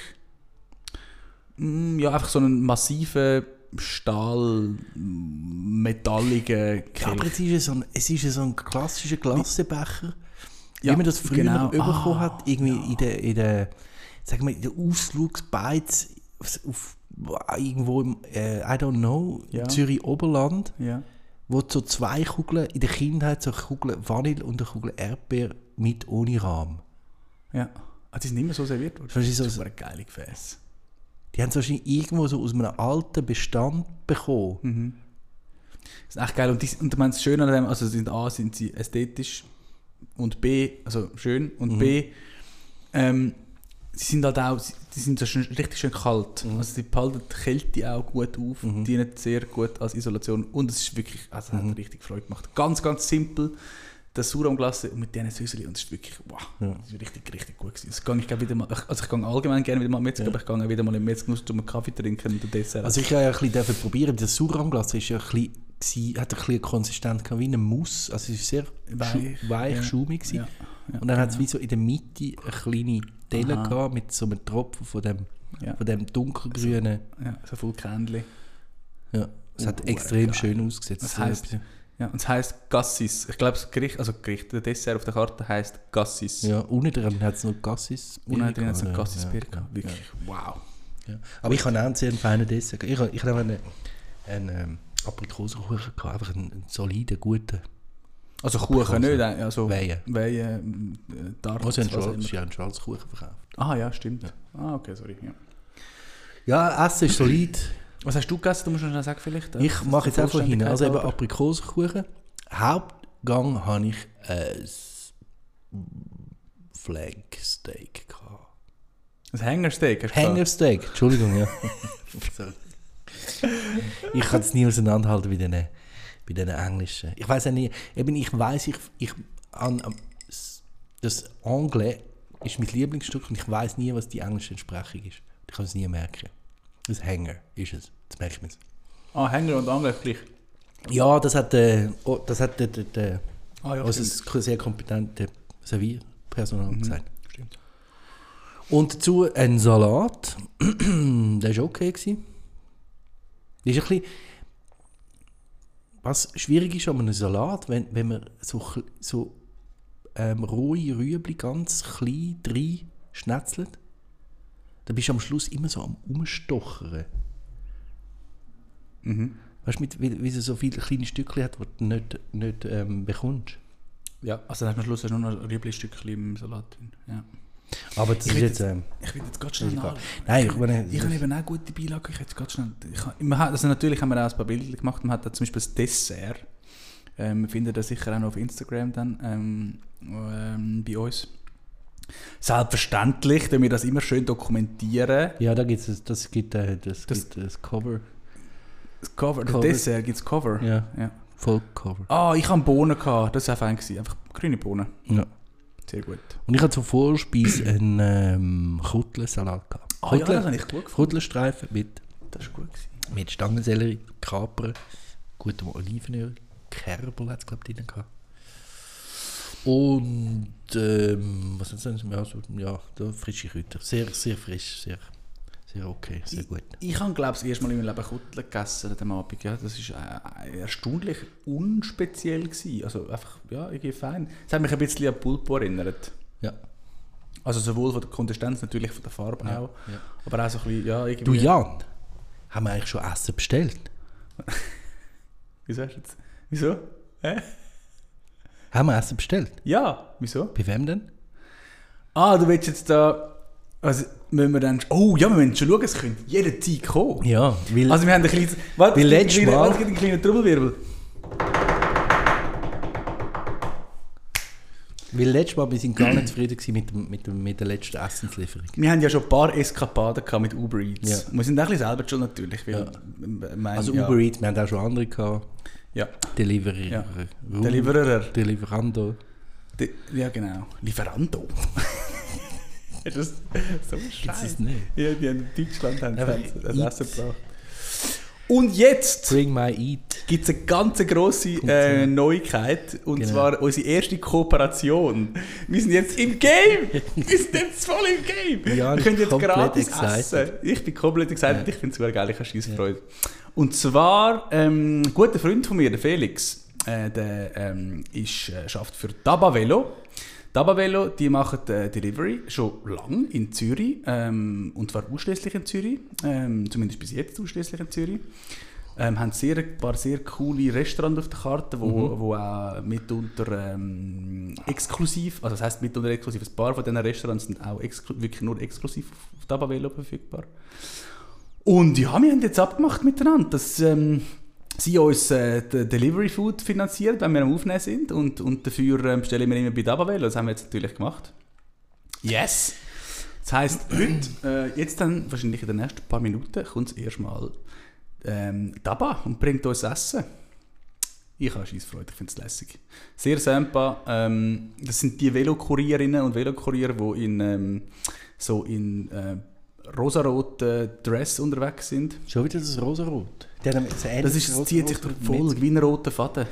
Mm, Ja, einfach so einen massiven Stahl, metalligen Kelch. Ja, aber es ist ja so ein, es ist ja so ein klassischer Glassebecher, wie Ja, man das früher genau. bekommen Ah, hat, irgendwie in der, in der, sagen wir, in der Ausflugsbeiz auf, auf, irgendwo im, äh, I don't know, Ja. Zürich-Oberland, Ja. wo so zwei Kugeln, in der Kindheit so eine Kugel Vanille und eine Kugel Erdbeer mit ohne Rahm. Ja. Ah, die sind immer so serviert worden. Das ist so- Super geile Gefäße. Die haben es wahrscheinlich irgendwo so aus einem alten Bestand bekommen. Mhm. Das ist echt geil. Und, die, und das Schöne an dem, also sind A, sind sie ästhetisch und B, also schön, und Mhm. B, ähm, sie sind halt auch, sie- die sind so schön, richtig schön kalt. Mhm. Also sie behalten die Kälte auch gut auf, Mhm. dienen sehr gut als Isolation und es ist wirklich, also Mhm. hat richtig Freude gemacht. Ganz, ganz simpel, das Sauerraumglasse und mit diesen Süßeli und es ist wirklich, wow, Ja. das ist richtig, richtig gut gewesen. Das gehe ich glaub, wieder mal, also ich gehe allgemein gerne wieder mal mit, Ja. aber ich gehe auch wieder mal im Metzger nur zum einen Kaffee trinken und ein Dessert. Also ich habe ja ein bisschen probieren. Das Sauerrahmglas ist ja ein bisschen, gewesen- hat ein bisschen Konsistenz gehabt, wie eine Mousse. Also es ist sehr Weich, weich, weich ja. schaumig gewesen. Ja, ja, Und dann hat es genau. wie so in der Mitte eine kleine Delle Aha. gehabt mit so einem Tropfen von dem, Ja. von dem dunkelgrünen. Ja, so viel Kännchen. Ja, es hat Uh, extrem geil. schön ausgesetzt. Das heisst, ja, und es heisst Gassis. Ich glaube, das Gericht, also Gericht, der Dessert auf der Karte heisst Gassis. ja, unten drin hat es noch Gassis. Unten drin hat es ein Ja, Gassis-Bier ja, gehabt. Wirklich, wow. ja. Aber ich habe auch einen sehr feinen Dessert. Ich habe, ich habe einen, einen ähm, Aprikosenkuchen gehabt, einfach einen, einen soliden, guten. Also Kuchen Aprikose. nicht, äh, also Weihen. Weihen, äh, Tarts, Also ein was auch Schwarz, immer. ja, einen Schwarzkuchen verkauft. Ah ja, stimmt. Ah, okay, sorry. Ja. Ja, Essen ist solid. Was hast du gegessen? Du musst noch schnell sagen vielleicht. Ich mache jetzt einfach hin. Also eben aber Aprikosenkuchen. Hauptgang habe ich ein Flanksteak gehabt. ein Hängersteak hast du gesagt? Hängersteak, Entschuldigung, ja. Sorry. Ich kann es nie auseinanderhalten bei diesen, bei diesen Englischen. Ich weiß auch nicht, eben ich weiß, ich, ich an, am- das Anglais ist mein Lieblingsstück und ich weiß nie, was die englische Entsprechung ist. Ich kann es nie merken. Das Hänger ist es. Das merke ich mir. Ah, Hänger und Angler gleich. Ja, das hat, äh, oh, das hat der, der, der Ah ja, also stimmt. das sehr kompetente Servierpersonal Mhm. gesagt. Stimmt. Und dazu ein Salat. Der war okay gewesen. Der ist ein bisschen, was schwierig ist an einem Salat, wenn, wenn man so, so ähm, rohe Rüebli ganz klein rein schnetzelt, dann bist du am Schluss immer so am Umstochern. Mhm. Weißt du, mit, wie, wie es so viele kleine Stückchen hat, die du nicht, nicht ähm, bekommst. Ja, also dann hast du am Schluss hast du nur noch ein Rüebli-Stückchen im Salat drin. Ja. Aber das Ich ist will jetzt... Ähm, Ich will jetzt ganz schnell egal. nach. Nein, ich meine... Ich habe eben auch gute Beilagen. Ich jetzt ganz schnell. Ich habe, man hat, also natürlich haben wir auch ein paar Bilder gemacht. Man hat da zum Beispiel das Dessert. Ähm, findet ihr sicher auch noch auf Instagram dann ähm, ähm, bei uns. Selbstverständlich, wenn wir das immer schön dokumentieren. Ja, da gibt's das, das gibt äh, das, Das- gibt das Cover. Das Cover, das Cover. Dessert gibt es Cover. Ja, Ja. Vollcover. Ah, ich habe Bohnen gehabt. Das war fein gewesen. Einfach grüne Bohnen. Ja. Sehr gut. Und ich hatte zur Vorspeise einen ähm, Kuttelsalat gehabt. Ah ja, das habe ich gut gefunden. Kuttelstreifen mit, Das war gut gewesen. mit Stangensellerie, Kapern, gutem Olivenöl, Kerbel hat es glaube ich drin gehabt. Und ähm, was ist das? Ja, so, ja, da frische Kräuter. Sehr, sehr frisch, sehr, sehr okay, sehr gut. Ich, ich habe, glaube ich, das erste Mal in meinem Leben Kutteln gegessen an diesem Abend. Ja. Das war äh, erstaunlich unspeziell gewesen. Also einfach, ja, irgendwie fein. Es hat mich ein bisschen an Pulpo erinnert. Ja. Also sowohl von der Konsistenz, natürlich von der Farbe Ja, auch. ja. Aber auch so ein bisschen, ja, irgendwie... Du Jan, haben wir eigentlich schon Essen bestellt? Wieso hast du jetzt... Wieso? Hä? Haben wir Essen bestellt? Ja, wieso? Bei wem denn? Ah, du willst jetzt da... Also müssen wir dann... Oh ja, wir müssen schon schauen, es könnte jederzeit kommen. Ja, weil... Also wir haben ein kleines... Warte, Wie ein letztes kleiner- Mal- warte, ein kleiner Trommelwirbel. Weil letztes Mal, wir sind gar nicht zufrieden gewesen mit, dem, mit, dem, mit der letzten Essenslieferung. Wir haben ja schon ein paar Eskapaden gehabt mit Uber Eats. Ja. Wir sind auch ein bisschen selber schon natürlich. Weil, Ja. äh, mein, Also ja. Uber Eats, wir haben auch schon andere gehabt. Ja. Delivery. Ja. Ru- Deliverer. Deliverando. De, ja, genau. Lieferando. Ist das so Gibt's scheiße? das nicht? Ja, die haben in Deutschland haben Aber das das Eats. Essen gebracht. Und jetzt Bring my eat. gibt es eine ganz grosse äh, Neuigkeit. Und Genau. zwar unsere erste Kooperation. Wir sind jetzt im Game! Wir sind jetzt voll im Game! Ja, wir können jetzt komplett gratis excited. essen. Ich bin komplett excited. Ja. Ich finde es super geil. Ich habe scheisse Freude. Und zwar, ähm, ein guter Freund von mir, der Felix, äh, der ähm, ist, äh, schafft für Dabavelo. Dabavelo, die machen äh, Delivery schon lange in Zürich, ähm, und zwar ausschließlich in Zürich, ähm, zumindest bis jetzt ausschließlich in Zürich. Ähm, haben sehr, ein paar sehr coole Restaurants auf der Karte, wo, Mhm. wo auch mitunter ähm, exklusiv, also das heisst mitunter exklusiv, ein paar von diesen Restaurants sind auch exklu- wirklich nur exklusiv auf, auf Dabavelo verfügbar. Und ja, wir haben jetzt abgemacht miteinander, dass ähm, sie uns äh, den Delivery Food finanziert, wenn wir am Aufnehmen sind. Und, und dafür ähm, bestellen wir immer bei Dabavelo. Das haben wir jetzt natürlich gemacht. Yes! Das heisst, heute, äh, jetzt dann, wahrscheinlich in den nächsten paar Minuten, kommt es erstmal ähm, Daba und bringt uns Essen. Ich habe scheisse Freude, ich finde es lässig. Sehr simple. Ähm, das sind die Velokurierinnen und Velokurier, die in, ähm, so in äh, rosaroten Dress unterwegs sind. Schon wieder das Rosarot. Die haben so ähnlich Das, ist, das zieht sich durch die Folge wie ein roter Faden.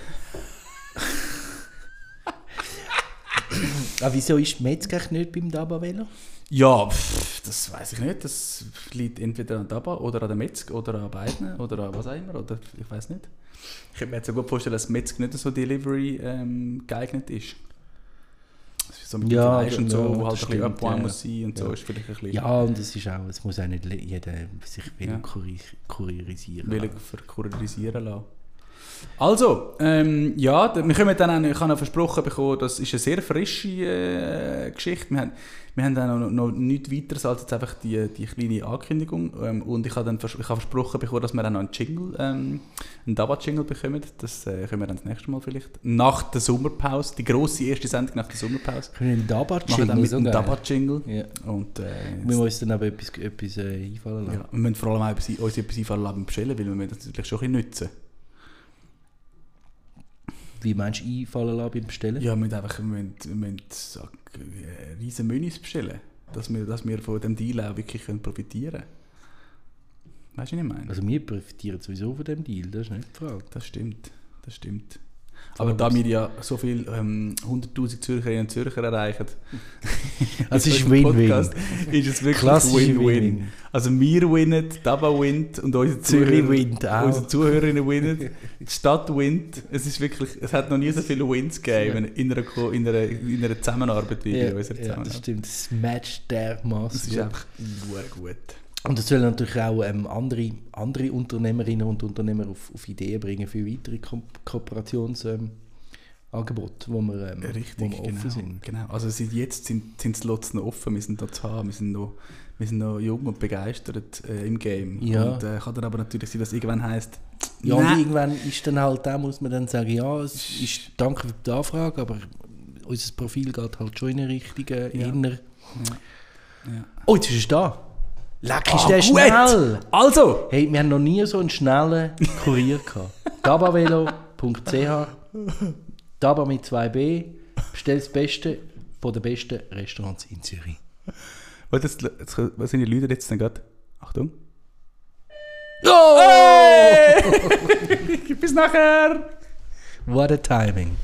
Ah, wieso ist Metzger nicht beim Dabavelo? Ja, pff, das weiß ich nicht. Das liegt entweder an Daba oder an der Metzg oder an beiden oder an was auch immer. Oder ich weiß nicht. Ich könnte mir jetzt so gut vorstellen, dass Metzg nicht so Delivery ähm, geeignet ist. So mit Ja, Fleisch und so, ja, wo halt ein das bisschen stimmt, Appoint ja. muss sein und so, Ja. ist vielleicht ein bisschen Ja, und es ist auch, es muss auch nicht le- jeder sich Ja. kuri- kurierisieren. will verkurisieren lassen. Also, ähm, ja, d- wir können dann auch, ich habe auch versprochen bekommen, das ist eine sehr frische äh, Geschichte. Wir haben, wir haben dann noch, noch nichts weiteres als jetzt einfach die, die kleine Ankündigung. Ähm, und ich habe dann vers ich habe versprochen bekommen, dass wir dann noch einen Jingle, ähm, einen Daba-Jingle bekommen. Das äh, können wir dann das nächste Mal vielleicht. Nach der Sommerpause, die grosse erste Sendung nach der Sommerpause. Können wir einen Wir machen dann Dabba-Jingle mit so einem geil. Daba-Jingle. Ja. Und, äh, Wir müssen uns dann aber etwas, etwas äh, einfallen lassen. ja, wir müssen vor allem auch etwas, uns etwas einfallen lassen beim Bestellen, weil wir müssen das natürlich schon ein bisschen nutzen. Wie meinst du einfallen lassen beim Bestellen? Ja, wir müssen einfach wir müssen, wir müssen so, äh, riesen Menüs bestellen, dass wir, dass wir von dem Deal auch wirklich können profitieren können. Weißt du, was ich meine? Also wir profitieren sowieso von dem Deal, das ist nicht die Frage. Das stimmt, das stimmt. Aber da wir ja so viel ähm, hunderttausend Zürcherinnen und Zürcher erreichen, also es ist Win-Win. Ist es wirklich Klassische Win-Win. Win-Win. Also wir winnen, Daba winnt und unsere, Zürich Zuhörer, winnt auch. unsere Zuhörerinnen winnen, die Stadt winnt. Es ist wirklich, es hat noch nie so viele Wins gegeben in einer, Ko- in einer, in einer Zusammenarbeit wie Ja, bei unserer ja, Zusammenarbeit. das stimmt. Das matcht dermaßen. Das ist einfach nur gut. Und das sollen natürlich auch ähm, andere, andere Unternehmerinnen und Unternehmer auf, auf Ideen bringen für weitere Ko- Kooperationsangebote, ähm, wo wir, ähm, Richtig, wo wir offen genau, sind. genau. Also seit jetzt sind, sind die Slots noch offen, wir sind noch zu haben, wir sind noch, wir sind noch jung und begeistert äh, im Game. Ja. Und äh, kann dann aber natürlich sein, dass irgendwann heisst, Ja, und nein. irgendwann ist dann halt, da muss man dann sagen, ja, es ist danke für die Anfrage, aber unser Profil geht halt schon in eine richtige, Ja. inner. Ja. Ja. Oh, jetzt ist es da. Leck, ist Ah, der gut. schnell. Also! Hey, wir haben noch nie so einen schnellen Kurier gehabt. dabavelo punkt c h Daba mit zwei B. Bestell das Beste von den besten Restaurants in Zürich. Was, jetzt, jetzt, was sind die Leute jetzt denn gerade? Achtung. Oh! Hey! Bis nachher! What a timing.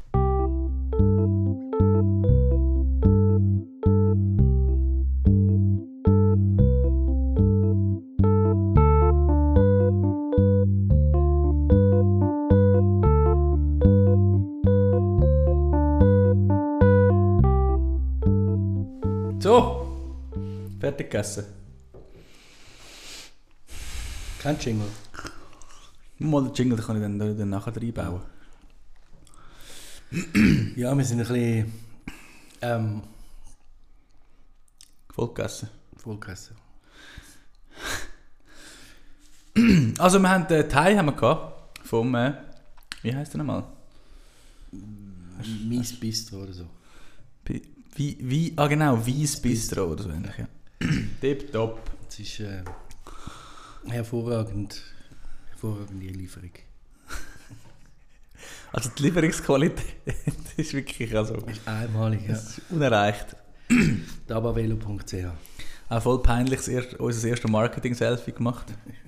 So, fertig gegessen. Kein Jingle. Mal den Jingle, den kann ich dann, dann nachher reinbauen. Ja, wir sind ein bisschen ähm, Voll gegessen. vollgegessen. Also wir haben den Thai haben wir gehabt, vom, äh, wie heisst der nochmal? Mies Bistro oder so. Bi- Wie, wie, ah genau, Weiss Bistro oder so ähnlich, ja. Tipptopp. Es ist äh, hervorragend, hervorragende Lieferung. Also die Lieferungsqualität ist wirklich also, Ist einmalig, ja. das ist unerreicht. dabavelo punkt c h Auch voll peinlich das erste, unser erstes Marketing-Selfie gemacht.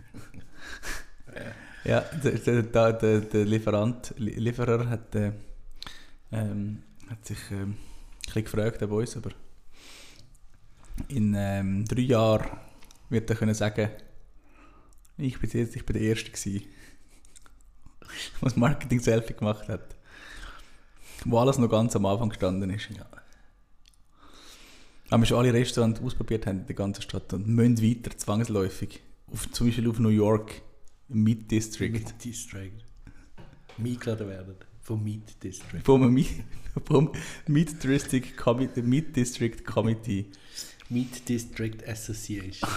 Ja, der, der, der, der, der Lieferant, Lie- Lieferer hat, äh, ähm, hat sich ähm, ein bisschen gefragt bei uns, aber in ähm, drei Jahren wird er können sagen, ich bin jetzt, ich bin der Erste gewesen, der das Marketing-Selfie gemacht hat. Wo alles noch ganz am Anfang gestanden ist. Ja. Aber wir schon alle Restaurants ausprobiert haben in der ganzen Stadt und müssen weiter zwangsläufig. Auf, zum Beispiel auf New York, im Meat District. Meat District. Eingeladen werden vom Meat District. Vom, Mi- vom Meat District, Committee, Meat District Committee. Meat District Association.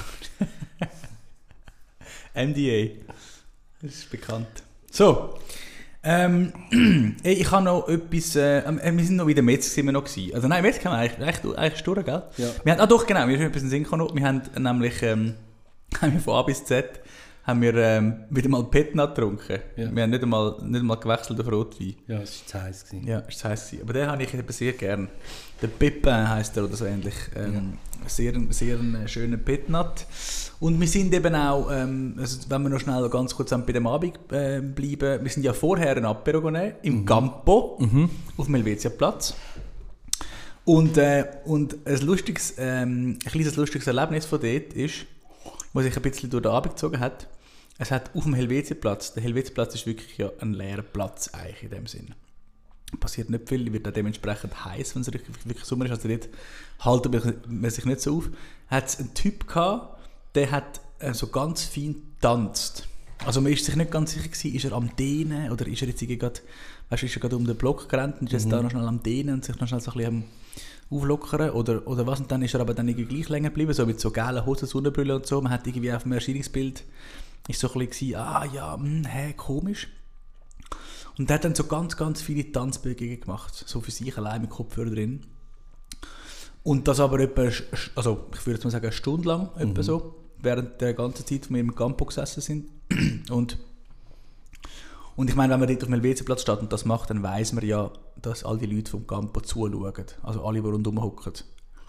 M D A. Das ist bekannt. So. Ähm, ey, ich habe noch etwas. Äh, äh, wir sind noch wieder Metz, sind wir noch gewesen. Also nein, Metz haben wir eigentlich, eigentlich, eigentlich stur, gell? Ja. Wir haben, ah doch, genau, wir haben etwas in den Sinn gekommen. Wir haben nämlich ähm, haben wir von A bis Z haben wir ähm, wieder mal Petnat getrunken. Ja. Wir haben nicht einmal, nicht einmal gewechselt auf Rotwein. Ja, es war zu heiß gewesen. Ja, ist das heiß. Aber den habe ich eben sehr gern. Der Pepin heisst er oder so ähnlich. Ähm, sehr, sehr ein schöner Petnat. Und wir sind eben auch, ähm, also wenn wir noch schnell ganz kurz bei dem Abend äh, bleiben, wir sind ja vorher ein Apero genommen, im Mhm. Campo, Mhm. auf dem Helvetiaplatz. Und, äh, und ein, lustiges, ähm, ein kleines lustiges Erlebnis von dort ist, was sich ein bisschen durch den Abend gezogen hat, es hat auf dem Helvetiaplatz, der Helvetiaplatz ist wirklich ja ein leerer Platz eigentlich in dem Sinn. Passiert nicht viel, wird auch dementsprechend heiß, wenn es wirklich, wirklich Sommer ist, also dort haltet man sich nicht so auf. Hat es einen Typ gehabt, der hat äh, so ganz fein getanzt. Also man ist sich nicht ganz sicher gewesen, ist er am Dehnen oder ist er jetzt gerade, weißt du, ist er gerade um den Block gerannt und ist jetzt Mhm. da noch schnell am Dehnen und sich noch schnell so ein bisschen am Auflockern oder, oder was, und dann ist er aber dann irgendwie gleich länger geblieben, so mit so gelben Hosen, Sonnenbrille und so. Man hat irgendwie auf dem Erscheinungsbild ist so ein bisschen, ah ja, mh, hä, komisch. Und der hat dann so ganz, ganz viele Tanzbewegungen gemacht, so für sich allein mit Kopfhörer drin. Und das aber etwa, also ich würde jetzt mal sagen, eine Stunde lang, Mhm. etwa so, während der ganzen Zeit, wo wir im Campo gesessen sind. Und, und ich meine, wenn man dort auf dem Helvetiaplatz steht und das macht, dann weiss man ja, dass all die Leute vom Campo zuschauen. Also alle, die rundherum hocken.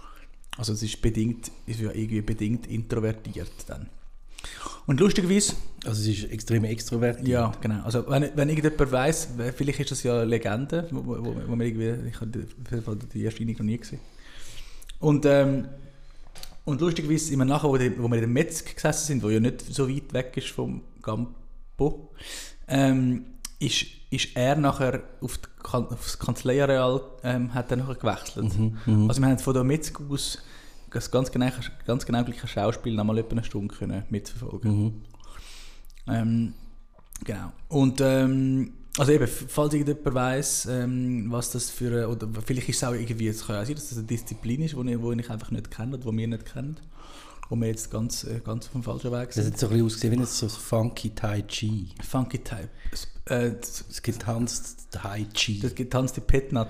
Also es ist bedingt, ist ja irgendwie bedingt introvertiert dann. Und lustigerweise Also es ist extrem extrovertiert. Ja, genau. Also wenn, wenn irgendjemand weiss, vielleicht ist das ja eine Legende, wo, wo, wo man irgendwie, ich habe auf jeden Fall die Erscheinung noch nie gesehen. Und, ähm, und lustigerweise, sind wir nachher, wo, die, wo wir in der Metzg gesessen sind, wo ja nicht so weit weg ist vom Campo, ähm, ist, ist er nachher auf, die, auf das Kanzleiareal ähm, hat er nachher gewechselt. Mhm, also wir haben von der Metzg aus das ganz genau, ganz genau gleiche Schauspiel noch mal etwa eine Stunde können mitverfolgen. Mhm. Ähm, genau. Und ähm, also eben, falls irgendjemand weiss, ähm, was das für eine, oder vielleicht ist es auch irgendwie, es kann auch sein, dass das eine Disziplin ist, die ich, ich einfach nicht kenne oder die wir nicht kennen, wo wir jetzt ganz, ganz auf dem falschen Weg sind. Das hat so ein bisschen ausgesehen wie so Funky Tai Chi. Funky Tai. Äh, das getanzte Tai Chi. Das getanzte Petnat.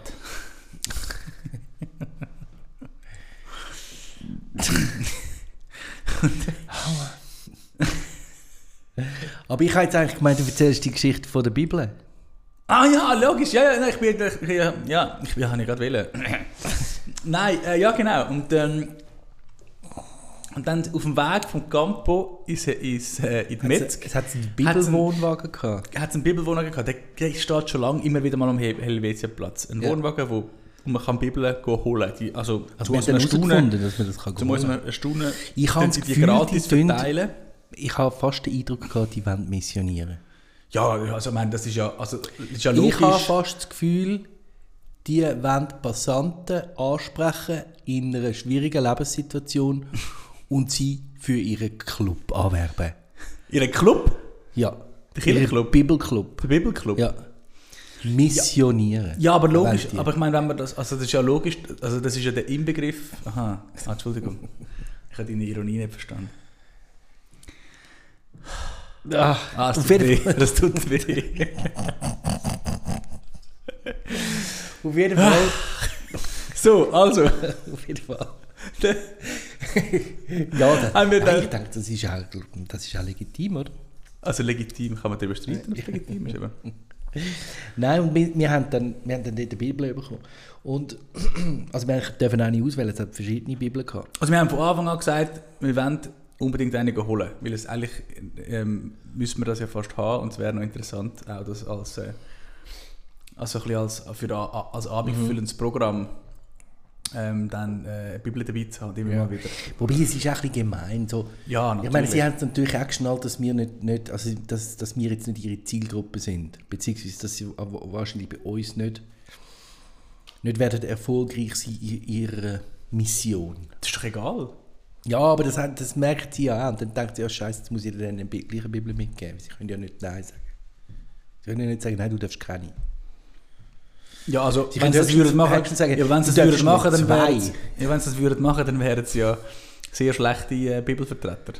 Aber ich habe jetzt eigentlich gemeint, du erzählst die Geschichte von der Bibel. Ah ja, logisch, ja, ja, ich bin, ich, ja, ja, ich bin, habe ich gerade wollen. Nein, äh, ja genau, und, ähm, und dann auf dem Weg vom Campo ist, ist, äh, in die Metzg. Es hat einen Bibelwohnwagen gehabt. Es hat einen Bibelwohnwagen gehabt, der, der steht schon lange immer wieder mal am Helvetiaplatz. Ein ja. Wohnwagen, wo und man kann die Bibel holen. Die, also, also wir haben herausgefunden, dass man das kann holen kann. Zu unserer Stunde ich können sie die gratis verteilen. Ich habe fast den Eindruck gehabt, die wollen missionieren. Ja, also ich meine, das ist ja, also, das ist ja logisch. Ich habe fast das Gefühl, die wollen Passanten ansprechen in einer schwierigen Lebenssituation und sie für ihren Club anwerben. Ihren Club? Ja. Der Kirchenclub? Bibelclub. Der Bibelclub? Ja. Missionieren. Ja, aber logisch. Aber ich meine, wenn man das, also das ist ja logisch, also das ist ja der Inbegriff. Aha, ah, Entschuldigung. Ich habe deine Ironie nicht verstanden. Ah, ah, das, tut weh. das tut weh. Auf jeden Fall. So, also. Auf jeden Fall. Ja, das, nein, ich denke, das ist, auch, das ist auch legitim, oder? Also legitim kann man darüber streiten, ob es legitim ist. Aber. Nein, und wir, wir, haben dann, wir haben dann dort die Bibel bekommen. Und also wir dürfen auch nicht auswählen, es hat verschiedene Bibeln gehabt. Also wir haben von Anfang an gesagt, wir wollen unbedingt eine holen, weil es eigentlich ähm, müssen wir das ja fast haben und es wäre noch interessant, auch das als, äh, also ein bisschen als, für a, als abendfüllendes mhm. Programm ähm, dann äh, eine Bibel dabei zu haben, immer ja. mal wieder. Wobei es ist auch ein bisschen gemein. So. Ja, natürlich. Ich meine, sie haben es natürlich auch geschnallt, dass wir, nicht, nicht, also dass, dass wir jetzt nicht ihre Zielgruppe sind, beziehungsweise dass sie wahrscheinlich bei uns nicht, nicht werden erfolgreich sein in ihrer Mission. Das ist doch egal. Ja, aber das, das merkt sie ja auch. Und dann denkt sie, ja scheiße, jetzt muss ich dir eine gleiche Bibel mitgeben. Sie können ja nicht Nein sagen. Sie können ja nicht sagen, nein, du darfst keine. Ja, also, sie wenn sie das würden machen, sagen, ja, wenn sie das würden machen, dann wären es, ja, wenn sie das würden machen, dann wären es ja sehr schlechte äh, Bibelvertreter.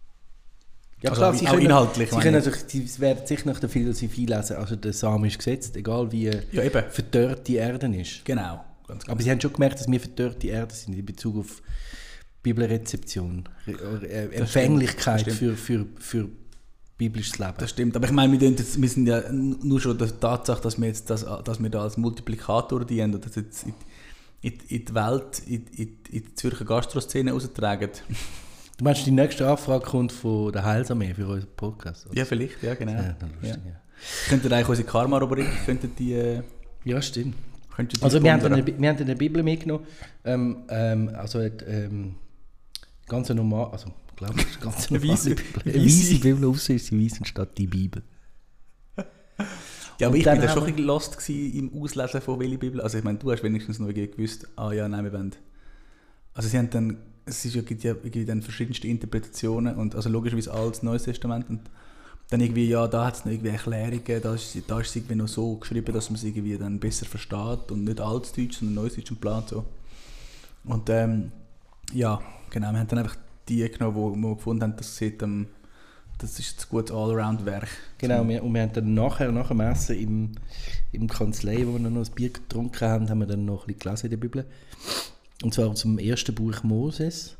Ja, also klar, auch, sie auch können, inhaltlich. Sie, können natürlich, sie werden sich nach der Philosophie lesen, also der Samen ist gesetzt, egal wie ja, verdörrt die Erde ist. Genau. Ganz Aber sie haben schon gemerkt, dass wir verdörrte Erde sind in Bezug auf Bibelrezeption, äh, Empfänglichkeit stimmt, für, für, für biblisches Leben. Das stimmt, aber ich meine, wir, wir sind ja nur schon die Tatsache, dass wir, jetzt das, dass wir da als Multiplikator dienen und das jetzt in, in, in die Welt, in, in, in die Zürcher Gastroszene raustragen. Du meinst, die nächste Anfrage kommt von der Heilsarmee für unseren Podcast? Oder? Ja, vielleicht, ja, genau. Ja, lustig, ja. Ja. Könntet ihr eigentlich unsere Karma-Rubrik, könntet die... Äh, ja, stimmt. Die also wir haben, eine, wir haben eine Bibel mitgenommen, ähm, ähm, also ähm, ganz normal, also glaube ich, ganz normale Weisse, Bibel. Eine weisse Bibel, außer sie weiss statt die Bibel. Ja, aber und ich war da schon ein bisschen lost im Auslesen von welcher Bibel. Also ich meine, du hast wenigstens noch gewusst, ah ja, nein, wir wollen. Also sie haben dann, es ist ja, gibt ja gibt dann verschiedenste Interpretationen und also logischerweise Altes, Neues Testament und dann irgendwie, ja, da hat es noch irgendwie Erklärungen, da ist, da ist es irgendwie noch so geschrieben, dass man es irgendwie dann besser versteht und nicht Altdeutsch, sondern Neudeutsch und Plan so. Und ähm, ja, genau, wir haben dann einfach die genommen, wo wir gefunden haben, das sieht, ähm, das ist ein gutes Allround-Werk. Genau, wir, und wir haben dann nachher, nach dem Essen im, im Kanzlei, wo wir noch ein Bier getrunken haben, haben wir dann noch ein bisschen gelesen in der Bibel. Und zwar zum ersten Buch Moses.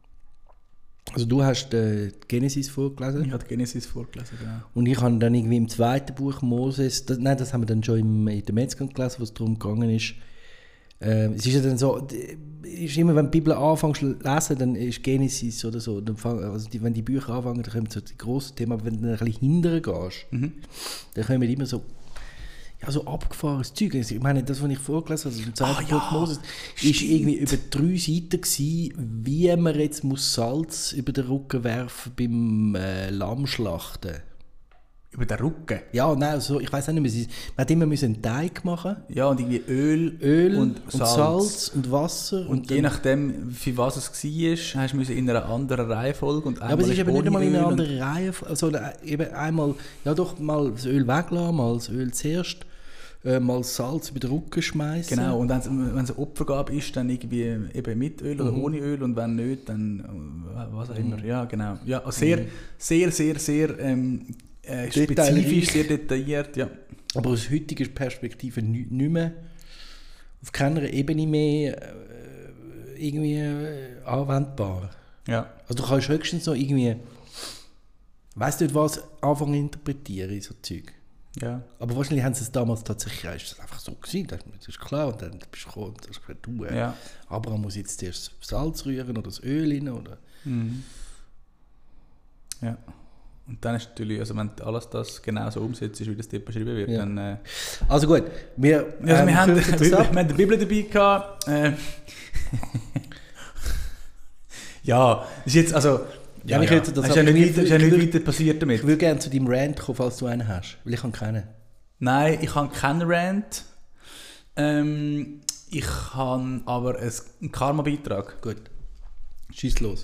Also du hast äh, Genesis vorgelesen? Ich habe Genesis vorgelesen, genau. Und ich habe dann irgendwie im zweiten Buch Moses, das, nein, das haben wir dann schon im, in der Metzger gelesen, wo es darum gegangen ist, Äh, es ist ja dann so, ist immer, wenn die Bibel anfängst zu lesen, dann ist Genesis oder so, dann fang, also die, wenn die Bücher anfangen, dann kommen so die grossen Themen, aber wenn du dann ein bisschen hinterher gehst, mhm. dann kommen immer so, ja, so abgefahrenes Zeug. Ich meine, das, was ich vorgelesen habe, also im zweiten Buch Moses, ist irgendwie über drei Seiten gewesen, wie man jetzt muss Salz über den Rücken werfen beim äh, Lammschlachten. Über den Rücken? Ja, nein, also, ich weiß auch nicht mehr. Man hat immer einen Teig machen. Ja, und irgendwie Öl, Öl und, und Salz. Salz und Wasser. Und, und je nachdem, für was es war, hast du in einer anderen Reihenfolge und einmal. Ja, aber es ist eben nicht einmal in einer Öl anderen Reihenfolge. Also eben einmal, ja doch, mal das Öl weglassen, mal das Öl zuerst, äh, mal das Salz über den Rücken schmeißen. Genau, und wenn es eine Opfergabe ist, dann irgendwie eben mit Öl oder mhm. ohne Öl und wenn nicht, dann was auch immer. Mhm. Ja, genau. Ja, also sehr, mhm. sehr, sehr, sehr ähm, äh, spezifisch, sehr detailliert. Ja. Aber aus heutiger Perspektive nicht mehr, auf keiner Ebene mehr äh, irgendwie äh, anwendbar. Ja. Also du kannst höchstens noch irgendwie, weißt du was, anfangen zu interpretieren, so Zeug. Ja. Aber wahrscheinlich haben sie es damals tatsächlich, ist das einfach so gewesen, das ist klar, und dann bist du gekommen, und hast gesagt, du, äh, ja. Abraham muss jetzt zuerst das Salz rühren oder das Öl rein, oder? Mhm. Ja. Und dann ist natürlich, also wenn alles das genau so umsetzt, wie das dort beschrieben wird, ja. dann... Äh, also gut, wir, also ähm, wir, haben, wir, wir haben die Bibel dabei gehabt. Äh, ja, das ist jetzt, also... Ja, ja, ja. Das ist ja nicht, weiter, ist ja nicht weiter passiert damit. Ich würde gerne zu deinem Rant kommen, falls du einen hast, weil ich habe keinen. Nein, ich habe keinen Rant. Ähm, ich habe aber einen Karma-Beitrag. Gut, schieß los.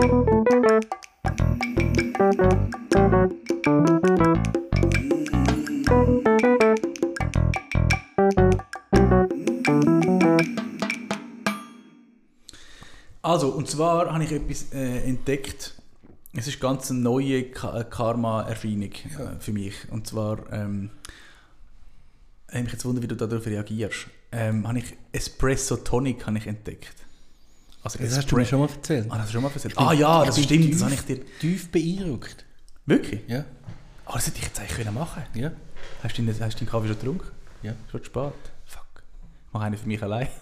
Also, und zwar habe ich etwas äh, entdeckt. Es ist ganz eine neue Ka- Karma-Erscheinung äh, für mich. Und zwar, ähm, ich habe mich jetzt wundern, wie du darauf reagierst. Ähm, habe ich Espresso Tonic habe ich entdeckt. Also das Espre- hast du mir schon mal erzählt. Ah, das hast du schon mal erzählt. Ah ja, das stimmt. Tief, das habe ich dir tief beeindruckt. Wirklich? Ja. Aber das hätte ich jetzt eigentlich können machen. Ja. Hast du den, hast du den Kaffee schon getrunken? Ja. Schon zu spät. Fuck. Ich mache einen für mich allein.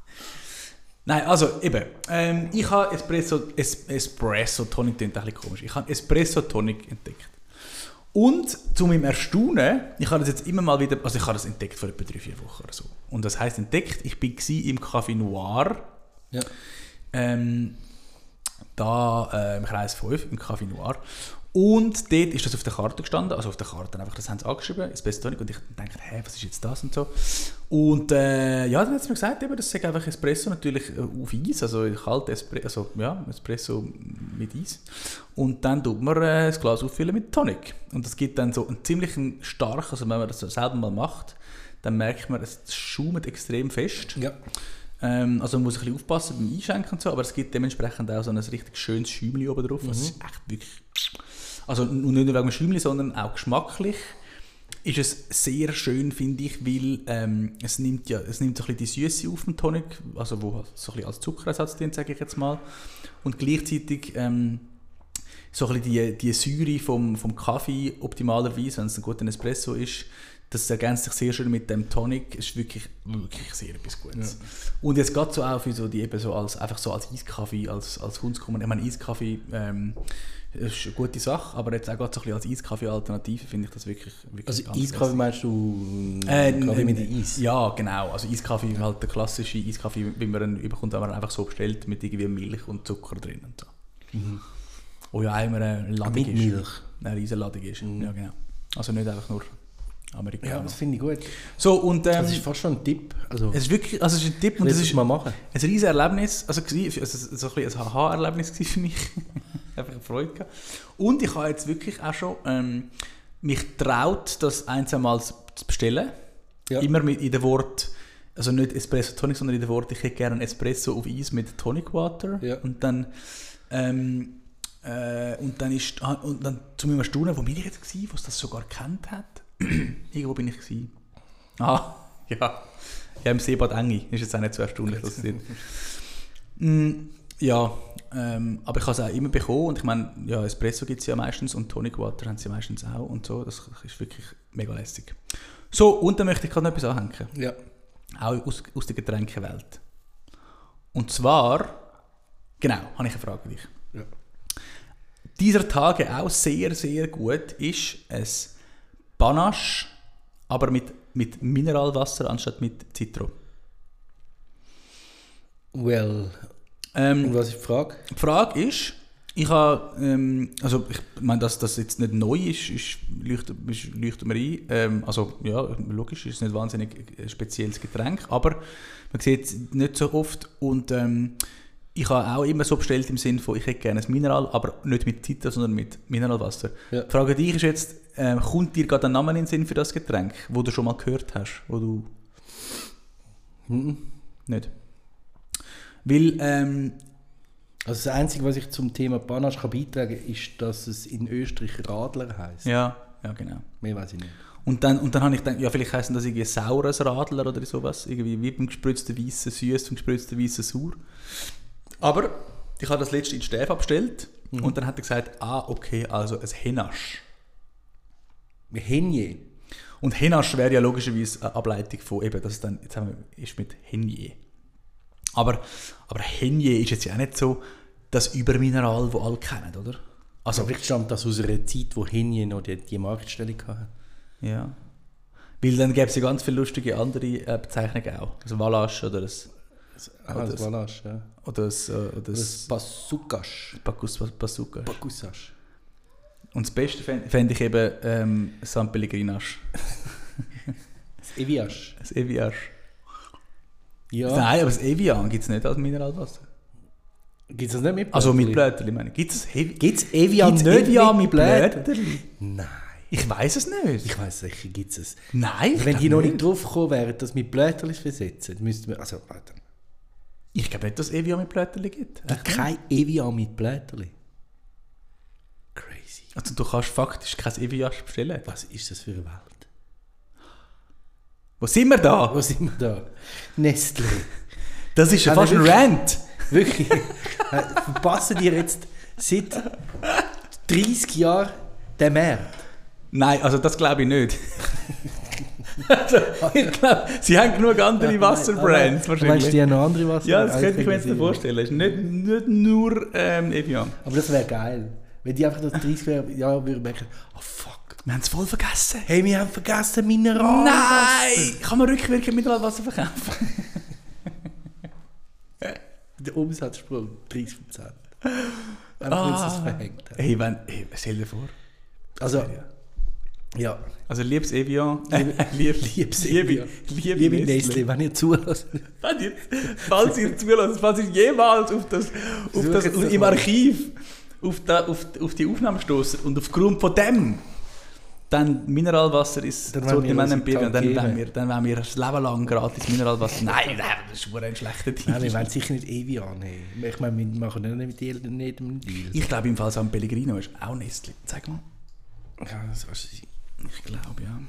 Nein, also eben. Ähm, ich habe Espresso, es, Espresso Tonic, klingt ein bisschen komisch. Ich habe Espresso Tonic entdeckt. Und zu meinem Erstaunen, ich habe das jetzt immer mal wieder, also ich habe das entdeckt vor etwa drei, vier Wochen oder so. Und das heisst entdeckt, ich war im Café Noir. Ja. Ähm, da äh, im Kreis fünf, im Café Noir. Und dort ist das auf der Karte gestanden, also auf der Karte einfach, das haben sie angeschrieben, Espresso Tonic, und ich dachte, hä, was ist jetzt das und so. Und äh, ja, dann hat sie mir gesagt, eben, das ist einfach Espresso natürlich auf Eis, also kalt Espresso, also, ja, Espresso mit Eis. Und dann tut man äh, das Glas auffüllen mit Tonic. Und das gibt dann so einen ziemlich starken, also wenn man das selber mal macht, dann merkt man, es schaumt extrem fest. Ja. Ähm, also man muss ein bisschen aufpassen beim Einschenken und so, aber es gibt dementsprechend auch so ein richtig schönes Schäumchen oben drauf. Mhm. Also es ist echt wirklich... Also nicht nur wegen dem Schäumchen, sondern auch geschmacklich ist es sehr schön, finde ich, weil ähm, es nimmt ja es nimmt so ein bisschen die Süße auf dem Tonic, also wo so ein bisschen als Zuckerersatz dient, sage ich jetzt mal. Und gleichzeitig ähm, so ein bisschen die, die Säure vom, vom Kaffee optimalerweise, wenn es ein guter Espresso ist, das ergänzt sich sehr schön mit dem Tonic, ist wirklich, wirklich sehr etwas Gutes. Ja. Und jetzt gerade so auch für so die eben so als, einfach so als Eiskaffee, als, als Hundskommen, ich meine Eiskaffee ähm, ist eine gute Sache, aber jetzt auch gerade so ein bisschen als Eiskaffee-Alternative finde ich das wirklich, wirklich also Eiskaffee meinst du äh, Kaffee mit Eis? Ja, genau. Also Eiskaffee ist halt der klassische Eiskaffee, wie man ihn überkommt, wenn man ihn einfach so bestellt, mit irgendwie Milch und Zucker drin und so. Mhm. Oh ja, immer eine Ladung mit ist. Milch? Eine riesen Ladung ist, mhm. Ja genau. Also nicht einfach nur Amerikaner. Ja, das finde ich gut. So, und, ähm, das ist fast schon ein Tipp. Also, es ist wirklich, also es ist ein Tipp und das ist mal machen. Ein riesen Erlebnis, also, also, also so ein bisschen ein Aha-Erlebnis für mich. Einfach eine Freude gehabt. Und ich habe jetzt wirklich auch schon ähm, mich getraut, das ein, zwei Mal zu bestellen. Ja. Immer mit in den Wort, also nicht Espresso Tonic, sondern in den Wort, ich hätte gerne einen Espresso auf Eis mit Tonic Water. Ja. Und dann ähm, äh, und dann ist und dann zu meinem Erstaunen, wo bin ich jetzt gewesen, was das sogar gekannt hat? Irgendwo bin ich gewesen. Ah, ja. Ja, im Seebad Engi. Ist jetzt auch nicht so erstaunlich, dass es dort. mm, ja, ähm, aber ich habe es auch immer bekommen. Und ich meine, ja, Espresso gibt es ja meistens und Tonic Water haben sie ja meistens auch und so. Das ist wirklich mega lässig. So, und dann möchte ich gerade noch etwas anhängen. Ja. auch aus, aus der Getränkewelt. Und zwar, genau, habe ich eine Frage an dich. Ja. Dieser Tage auch sehr, sehr gut ist ein Panache, aber mit, mit Mineralwasser anstatt mit Zitro. Well, Ähm, und was ist die Frage? Die Frage ist, ich habe, ähm, also ich meine, dass das jetzt nicht neu ist, ist leuchtet, ist, leuchtet mir ein. Ähm, also ja, logisch, ist es nicht wahnsinnig ein spezielles Getränk, aber man sieht es nicht so oft und ähm, ich habe auch immer so bestellt im Sinne von, ich hätte gerne ein Mineral, aber nicht mit Zitron, sondern mit Mineralwasser. Ja. Die Frage an dich ist jetzt, ähm, kommt dir gerade ein Name in den Sinn für das Getränk, wo du schon mal gehört hast, wo du... Mhm. Nicht? Weil, ähm, Also das Einzige, was ich zum Thema Panache kann beitragen kann, ist, dass es in Österreich Radler heisst. ja, ja genau. Mehr weiß ich nicht. Und dann, und dann habe ich gedacht, ja, vielleicht heisst das irgendwie saures Radler oder sowas. Irgendwie wie beim gespritzten weißen süß und gespritzten weißen sauer. Aber ich habe das letzte in Stäf abgestellt mhm. und dann hat er gesagt, ah, okay, also ein Henache. Henje. Und Henache wäre ja logischerweise eine Ableitung von eben, dass es dann, jetzt haben wir, ist mit Henje. Aber, aber Henje ist jetzt ja auch nicht so das Übermineral, das alle kennen, oder? Also vielleicht stammt das aus einer Zeit, wo Henje noch die, die Marktstellung hatte. Ja. Weil dann gäbe es ja ganz viele lustige andere äh, Bezeichnungen auch. Also Valache oder das... Ah, das Valache, ja. Oder das... Äh, oder das Basukas. Basukas. Bakusas. Und das Beste fände fänd ich eben ähm, San Pellegrinache. Das Eviache. Das Eviache. Ja. Nein, aber das Evian gibt es nicht als Mineralwasser. Gibt es das nicht mit Blöterli? Also mit Blöterli, meine ich. Gibt es Evian nicht Evian mit mit Blöterli? Blöterli? Nein. Ich weiß es nicht. Ich weiss sicher, gibt es es. Nein, ich Wenn die glaub noch nicht drauf gekommen wären, das mit Blöterli zu versetzen, müssten wir... Also, warte. Ich glaube nicht, dass es Evian mit Blöterli gibt. Gibt kein Evian mit Blöterli. Crazy. Also du kannst faktisch kein Evian bestellen. Was ist das für eine Welt? Wo sind wir da? Wo sind wir da? Nestle. Das ist ja Haben fast ein wir Rant. Wirklich. Äh, Verpassen die jetzt seit dreißig Jahren den Markt? Nein, also das glaube ich nicht. Also, ich glaube, sie haben genug andere Wasserbrands wahrscheinlich. Meinst du, die haben noch andere Wasser? Ja, das könnte ich mir jetzt nicht vorstellen. Es ist nicht, nicht nur ähm, Evian. Aber das wäre geil. Wenn die einfach das dreißig Jahre würden merken, oh fuck. Wir haben es voll vergessen. Hey, wir haben vergessen Mineralwasser. Nein! Kann man rückwirkend Mineralwasser verkaufen? Der Umsatzsprung dreißig Prozent. Einfach, wenn sie das verhängt haben. Hey, wenn, hey, stell dir vor. Also, ja. Also liebes Evian. Liebe, lieb, liebes liebe, Evian. liebe, Liebe Nestle. Nestle, wenn ihr zuhört. Wenn ihr, falls ihr zulässt, falls ihr jemals auf das, auf das, Suchen Sie das im mal. Archiv auf, da, auf, auf die Aufnahme stoßen und aufgrund von dem dann Mineralwasser ist Dann so wollen wir Sortiment uns empfehlen, einen dann Tag wollen geben. wir, dann wollen wir das Leben lang gratis Mineralwasser. Nein, nein, das ist wohl ein schlechter Deal. Nein, wir wollen sicher nicht Evian haben. Ich meine, wir machen nicht mit jedem jedem Deal. Ich glaube im Fall San Pellegrino ist auch Nestle. Sag mal. Ja, das kannst du sein. Ich glaube, ja.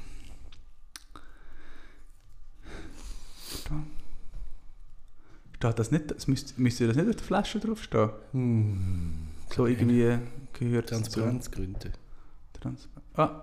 Da. Steht das nicht? Es müsste, müsste das nicht auf der Flasche draufstehen? Hm. So irgendwie gehört es zu. Transparenzgründe. Trans ah.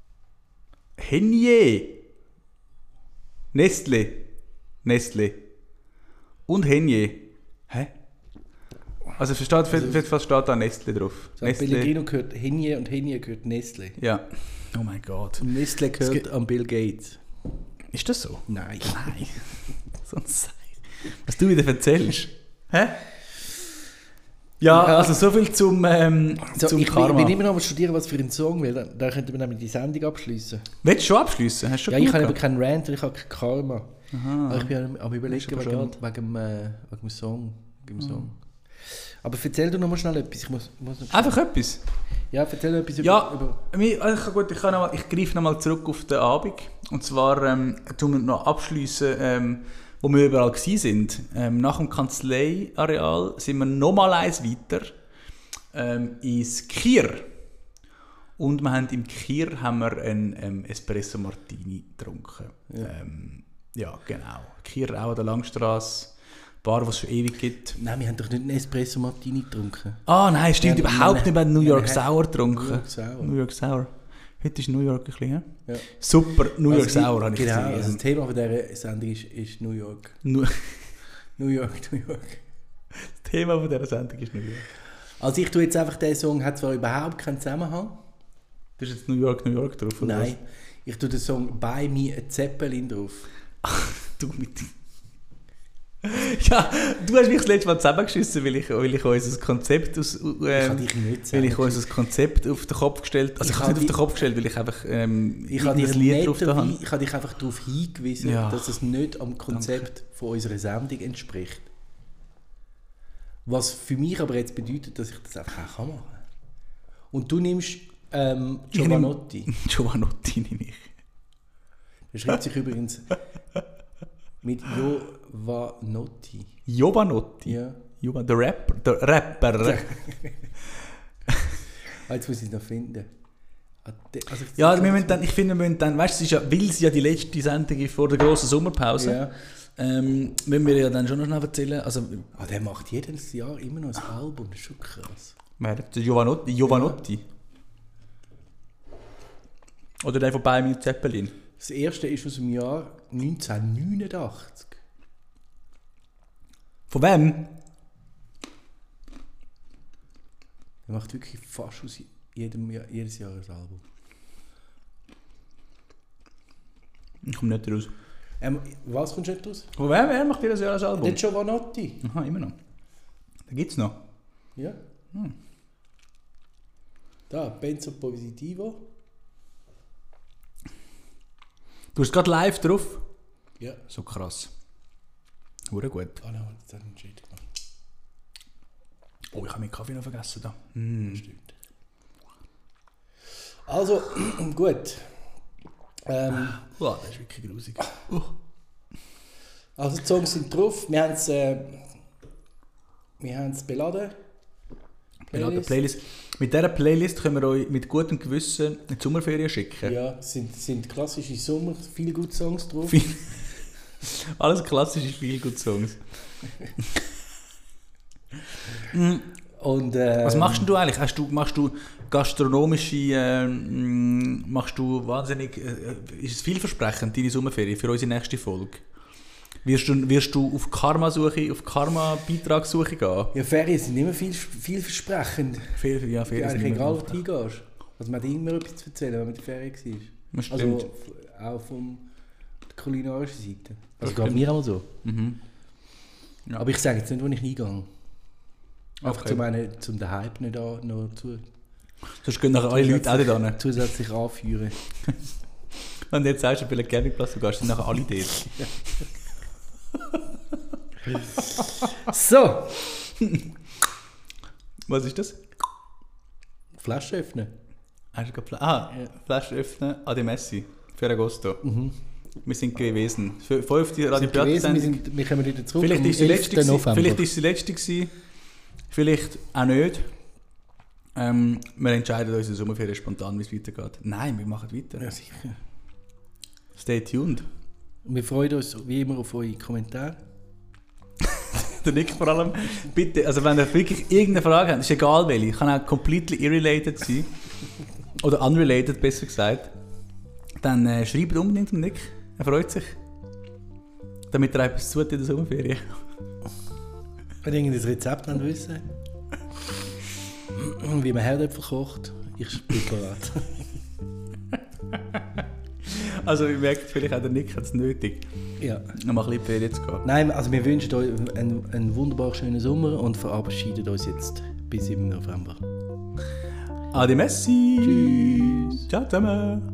Henje. Nestle. Nestle. Und Henje. Hä? Also versteht, Also- also, was steht da Nestle drauf? San Pellegrino gehört Henje und Henje gehört Nestle. Ja. Oh mein Gott. Und Nestle gehört geht- an Bill Gates. Ist das so? Nein. Nein. Sonst was du wieder erzählst. Hä? Ja, Ja. also so viel zum, ähm, So, zum ich Karma. will, will immer noch mal studieren, was für einen Song, weil dann, dann könnten wir nämlich die Sendung abschließen. Willst du schon abschliessen? Hast du schon Ja, ich genug habe aber gehabt? keinen Rant, weil ich habe kein Karma. Aha. Aber ich bin am, am überlegen ist aber wegen, schade. wegen, dem, äh, wegen dem Song. Wegen dem Song. Aber erzähl du noch mal schnell etwas. Ich muss, muss noch Einfach etwas. ja, erzähl etwas Ja, über... über mi- also gut, ich, kann noch mal, ich greife nochmal zurück auf den Abend. Und zwar ähm, tun wir noch abschliessen, ähm, wo wir überall gewesen sind. Ähm, nach dem Kanzleiareal sind wir nochmal eins weiter ähm, ins Kier. Und wir haben im Kier haben wir einen ähm, Espresso Martini getrunken. Ja. Ja, ähm, ja genau. Kier auch an der Langstrasse. Bar, was es schon ewig gibt. Nein, wir haben doch nicht einen Espresso Martini getrunken. Ah nein, stimmt Ja, überhaupt meine- nicht. Wir haben New York meine- Sour getrunken. New York Sour. New York Sour. Heute ist New York ein bisschen, ja? Ja. Super, New York Also, Sauer habe ich genau, gesehen. also das Thema von dieser Sendung ist, ist New York. Nu- New York, New York. Das Thema von dieser Sendung ist New York. Also ich tue jetzt einfach, der Song hat zwar überhaupt keinen Zusammenhang. Du hast jetzt New York, New York drauf, oder Nein, ich tue den Song «Buy Me a Zeppelin» drauf. was? Du mit... Ja, du hast mich das letzte Mal zusammengeschissen, weil ich, weil ich unser Konzept aus... Ähm, Ich habe dich nicht weil ich unser Konzept auf den Kopf gestellt... Also ich, Ich habe es nicht habe auf den Kopf gestellt, weil ich einfach ähm, Ich habe, irgendein dich Lied drauf nicht da dabei, habe. ich habe dich einfach darauf hingewiesen, Ja. dass es nicht am Konzept von unserer Sendung entspricht. Was für mich aber jetzt bedeutet, dass ich das einfach auch machen kann. Und du nimmst ähm, Ich nehme- Giovanotti. Giovanotti nehme ich. Der schreibt sich übrigens mit Giovanotti. Giovanotti? Ja. Giova, der Rapper. Der Rapper. Ah, jetzt muss ich es noch finden. Ah, de- Also, Ja, wir müssen dann, ich finde, wir müssen dann, weißt du, es ist ja, weil es ja die letzte Sendung ist vor der grossen Sommerpause, Ja. ähm, müssen wir ja dann schon noch schnell erzählen. Also, Ah, der macht jedes Jahr immer noch ein Album, das ist schon krass. wer hat der Giovanotti? Giovanotti? Oder der von Buy Me a Zeppelin? Das erste ist aus dem Jahr neunzehnhundertneunundachtzig. Von wem? Er macht wirklich fast aus jedem Jahr, jedes Jahr ein Album. Ich komme nicht raus. Ähm, was kommst du nicht raus? Von wem? Wer macht jedes Jahr ein Album? Der Giovanotti. Aha, immer noch. Da gibt es noch. Ja. Hm. Da, Benzo Positivo. Du hast gerade live drauf. Ja. So krass. Hure gut. Ah, nein, jetzt hat er einen Shit gemacht. Oh, ich habe meinen Kaffee noch vergessen da. Mm. Stimmt. Also, gut. Ähm, Oh, das ist wirklich grusig. also die Songs sind drauf. Wir haben es äh, wir haben es beladen. Playlist. Playlist. Mit dieser Playlist können wir euch mit gutem Gewissen in die Sommerferien schicken. Ja, es sind, sind klassische Sommer, viele gute Songs drauf. Viel, alles klassische Feelgood-Songs. Und, äh, Was machst denn du eigentlich? Hast du, machst du gastronomische, äh, mm, machst du wahnsinnig, äh, ist es vielversprechend, deine Sommerferien für unsere nächste Folge? Wirst du, wirst du auf Karma-Suche, auf Karma-Beitragssuche gehen? Ja, Ferien sind immer viel, vielversprechend. Fer- ja, Ferien sind Eigentlich immer egal, wo gut. du hingehst. Also man hat immer etwas zu erzählen, wenn man in der Ferien war. Das Also stimmt. f- auch von der kulinarischen Seite. Das Also geht stimmt. mir auch so. Mhm. Ja. Aber ich sage jetzt nicht, wo ich hingehe. Einfach Okay. zum, einen, zum den Hype nicht an, noch zu, Sonst gehen nachher alle Leute auch nicht hin. zusätzlich anführen. Wenn du jetzt sagst, auf welchen Campingplatz du gehst, sind nachher alle dort. So, Was ist das? Flasche öffnen. Hast du gerade Fla- ah, Ja. Flasche öffnen, Ade Messi, Ferragosto. Wir sind gewesen. Für fünfte Radio Sind gewesen, wir, Piatti-Sendung. sind, wir kommen wieder zurück. Vielleicht am ist die letzte elften gewesen, November. vielleicht ist die letzte gewesen, vielleicht auch nicht. Ähm, wir entscheiden uns in der Sommerferien spontan, wie es weitergeht. Nein, wir machen weiter. Ja, sicher. Stay tuned. Und wir freuen uns wie immer auf eure Kommentare. Der Nick vor allem. Bitte, also wenn ihr wirklich irgendeine Frage habt, ist egal welche, kann auch completely irrelated sein. Oder unrelated, besser gesagt. Dann äh, schreibt unbedingt dem Nick. Er freut sich. Damit er etwas tut in der Sommerferien. Wenn ihr irgendein Rezept wollt wissen wie man Herdöpfel kocht, ich bin bereit. Also ihr merkt, vielleicht hat der Nick es nötig, Ja. noch mal ein bisschen in die Ferien zu gehen. Nein, also wir wünschen euch einen, einen wunderbar schönen Sommer und verabschieden uns jetzt bis im November. Ade Messi! Tschüss! Ciao zusammen!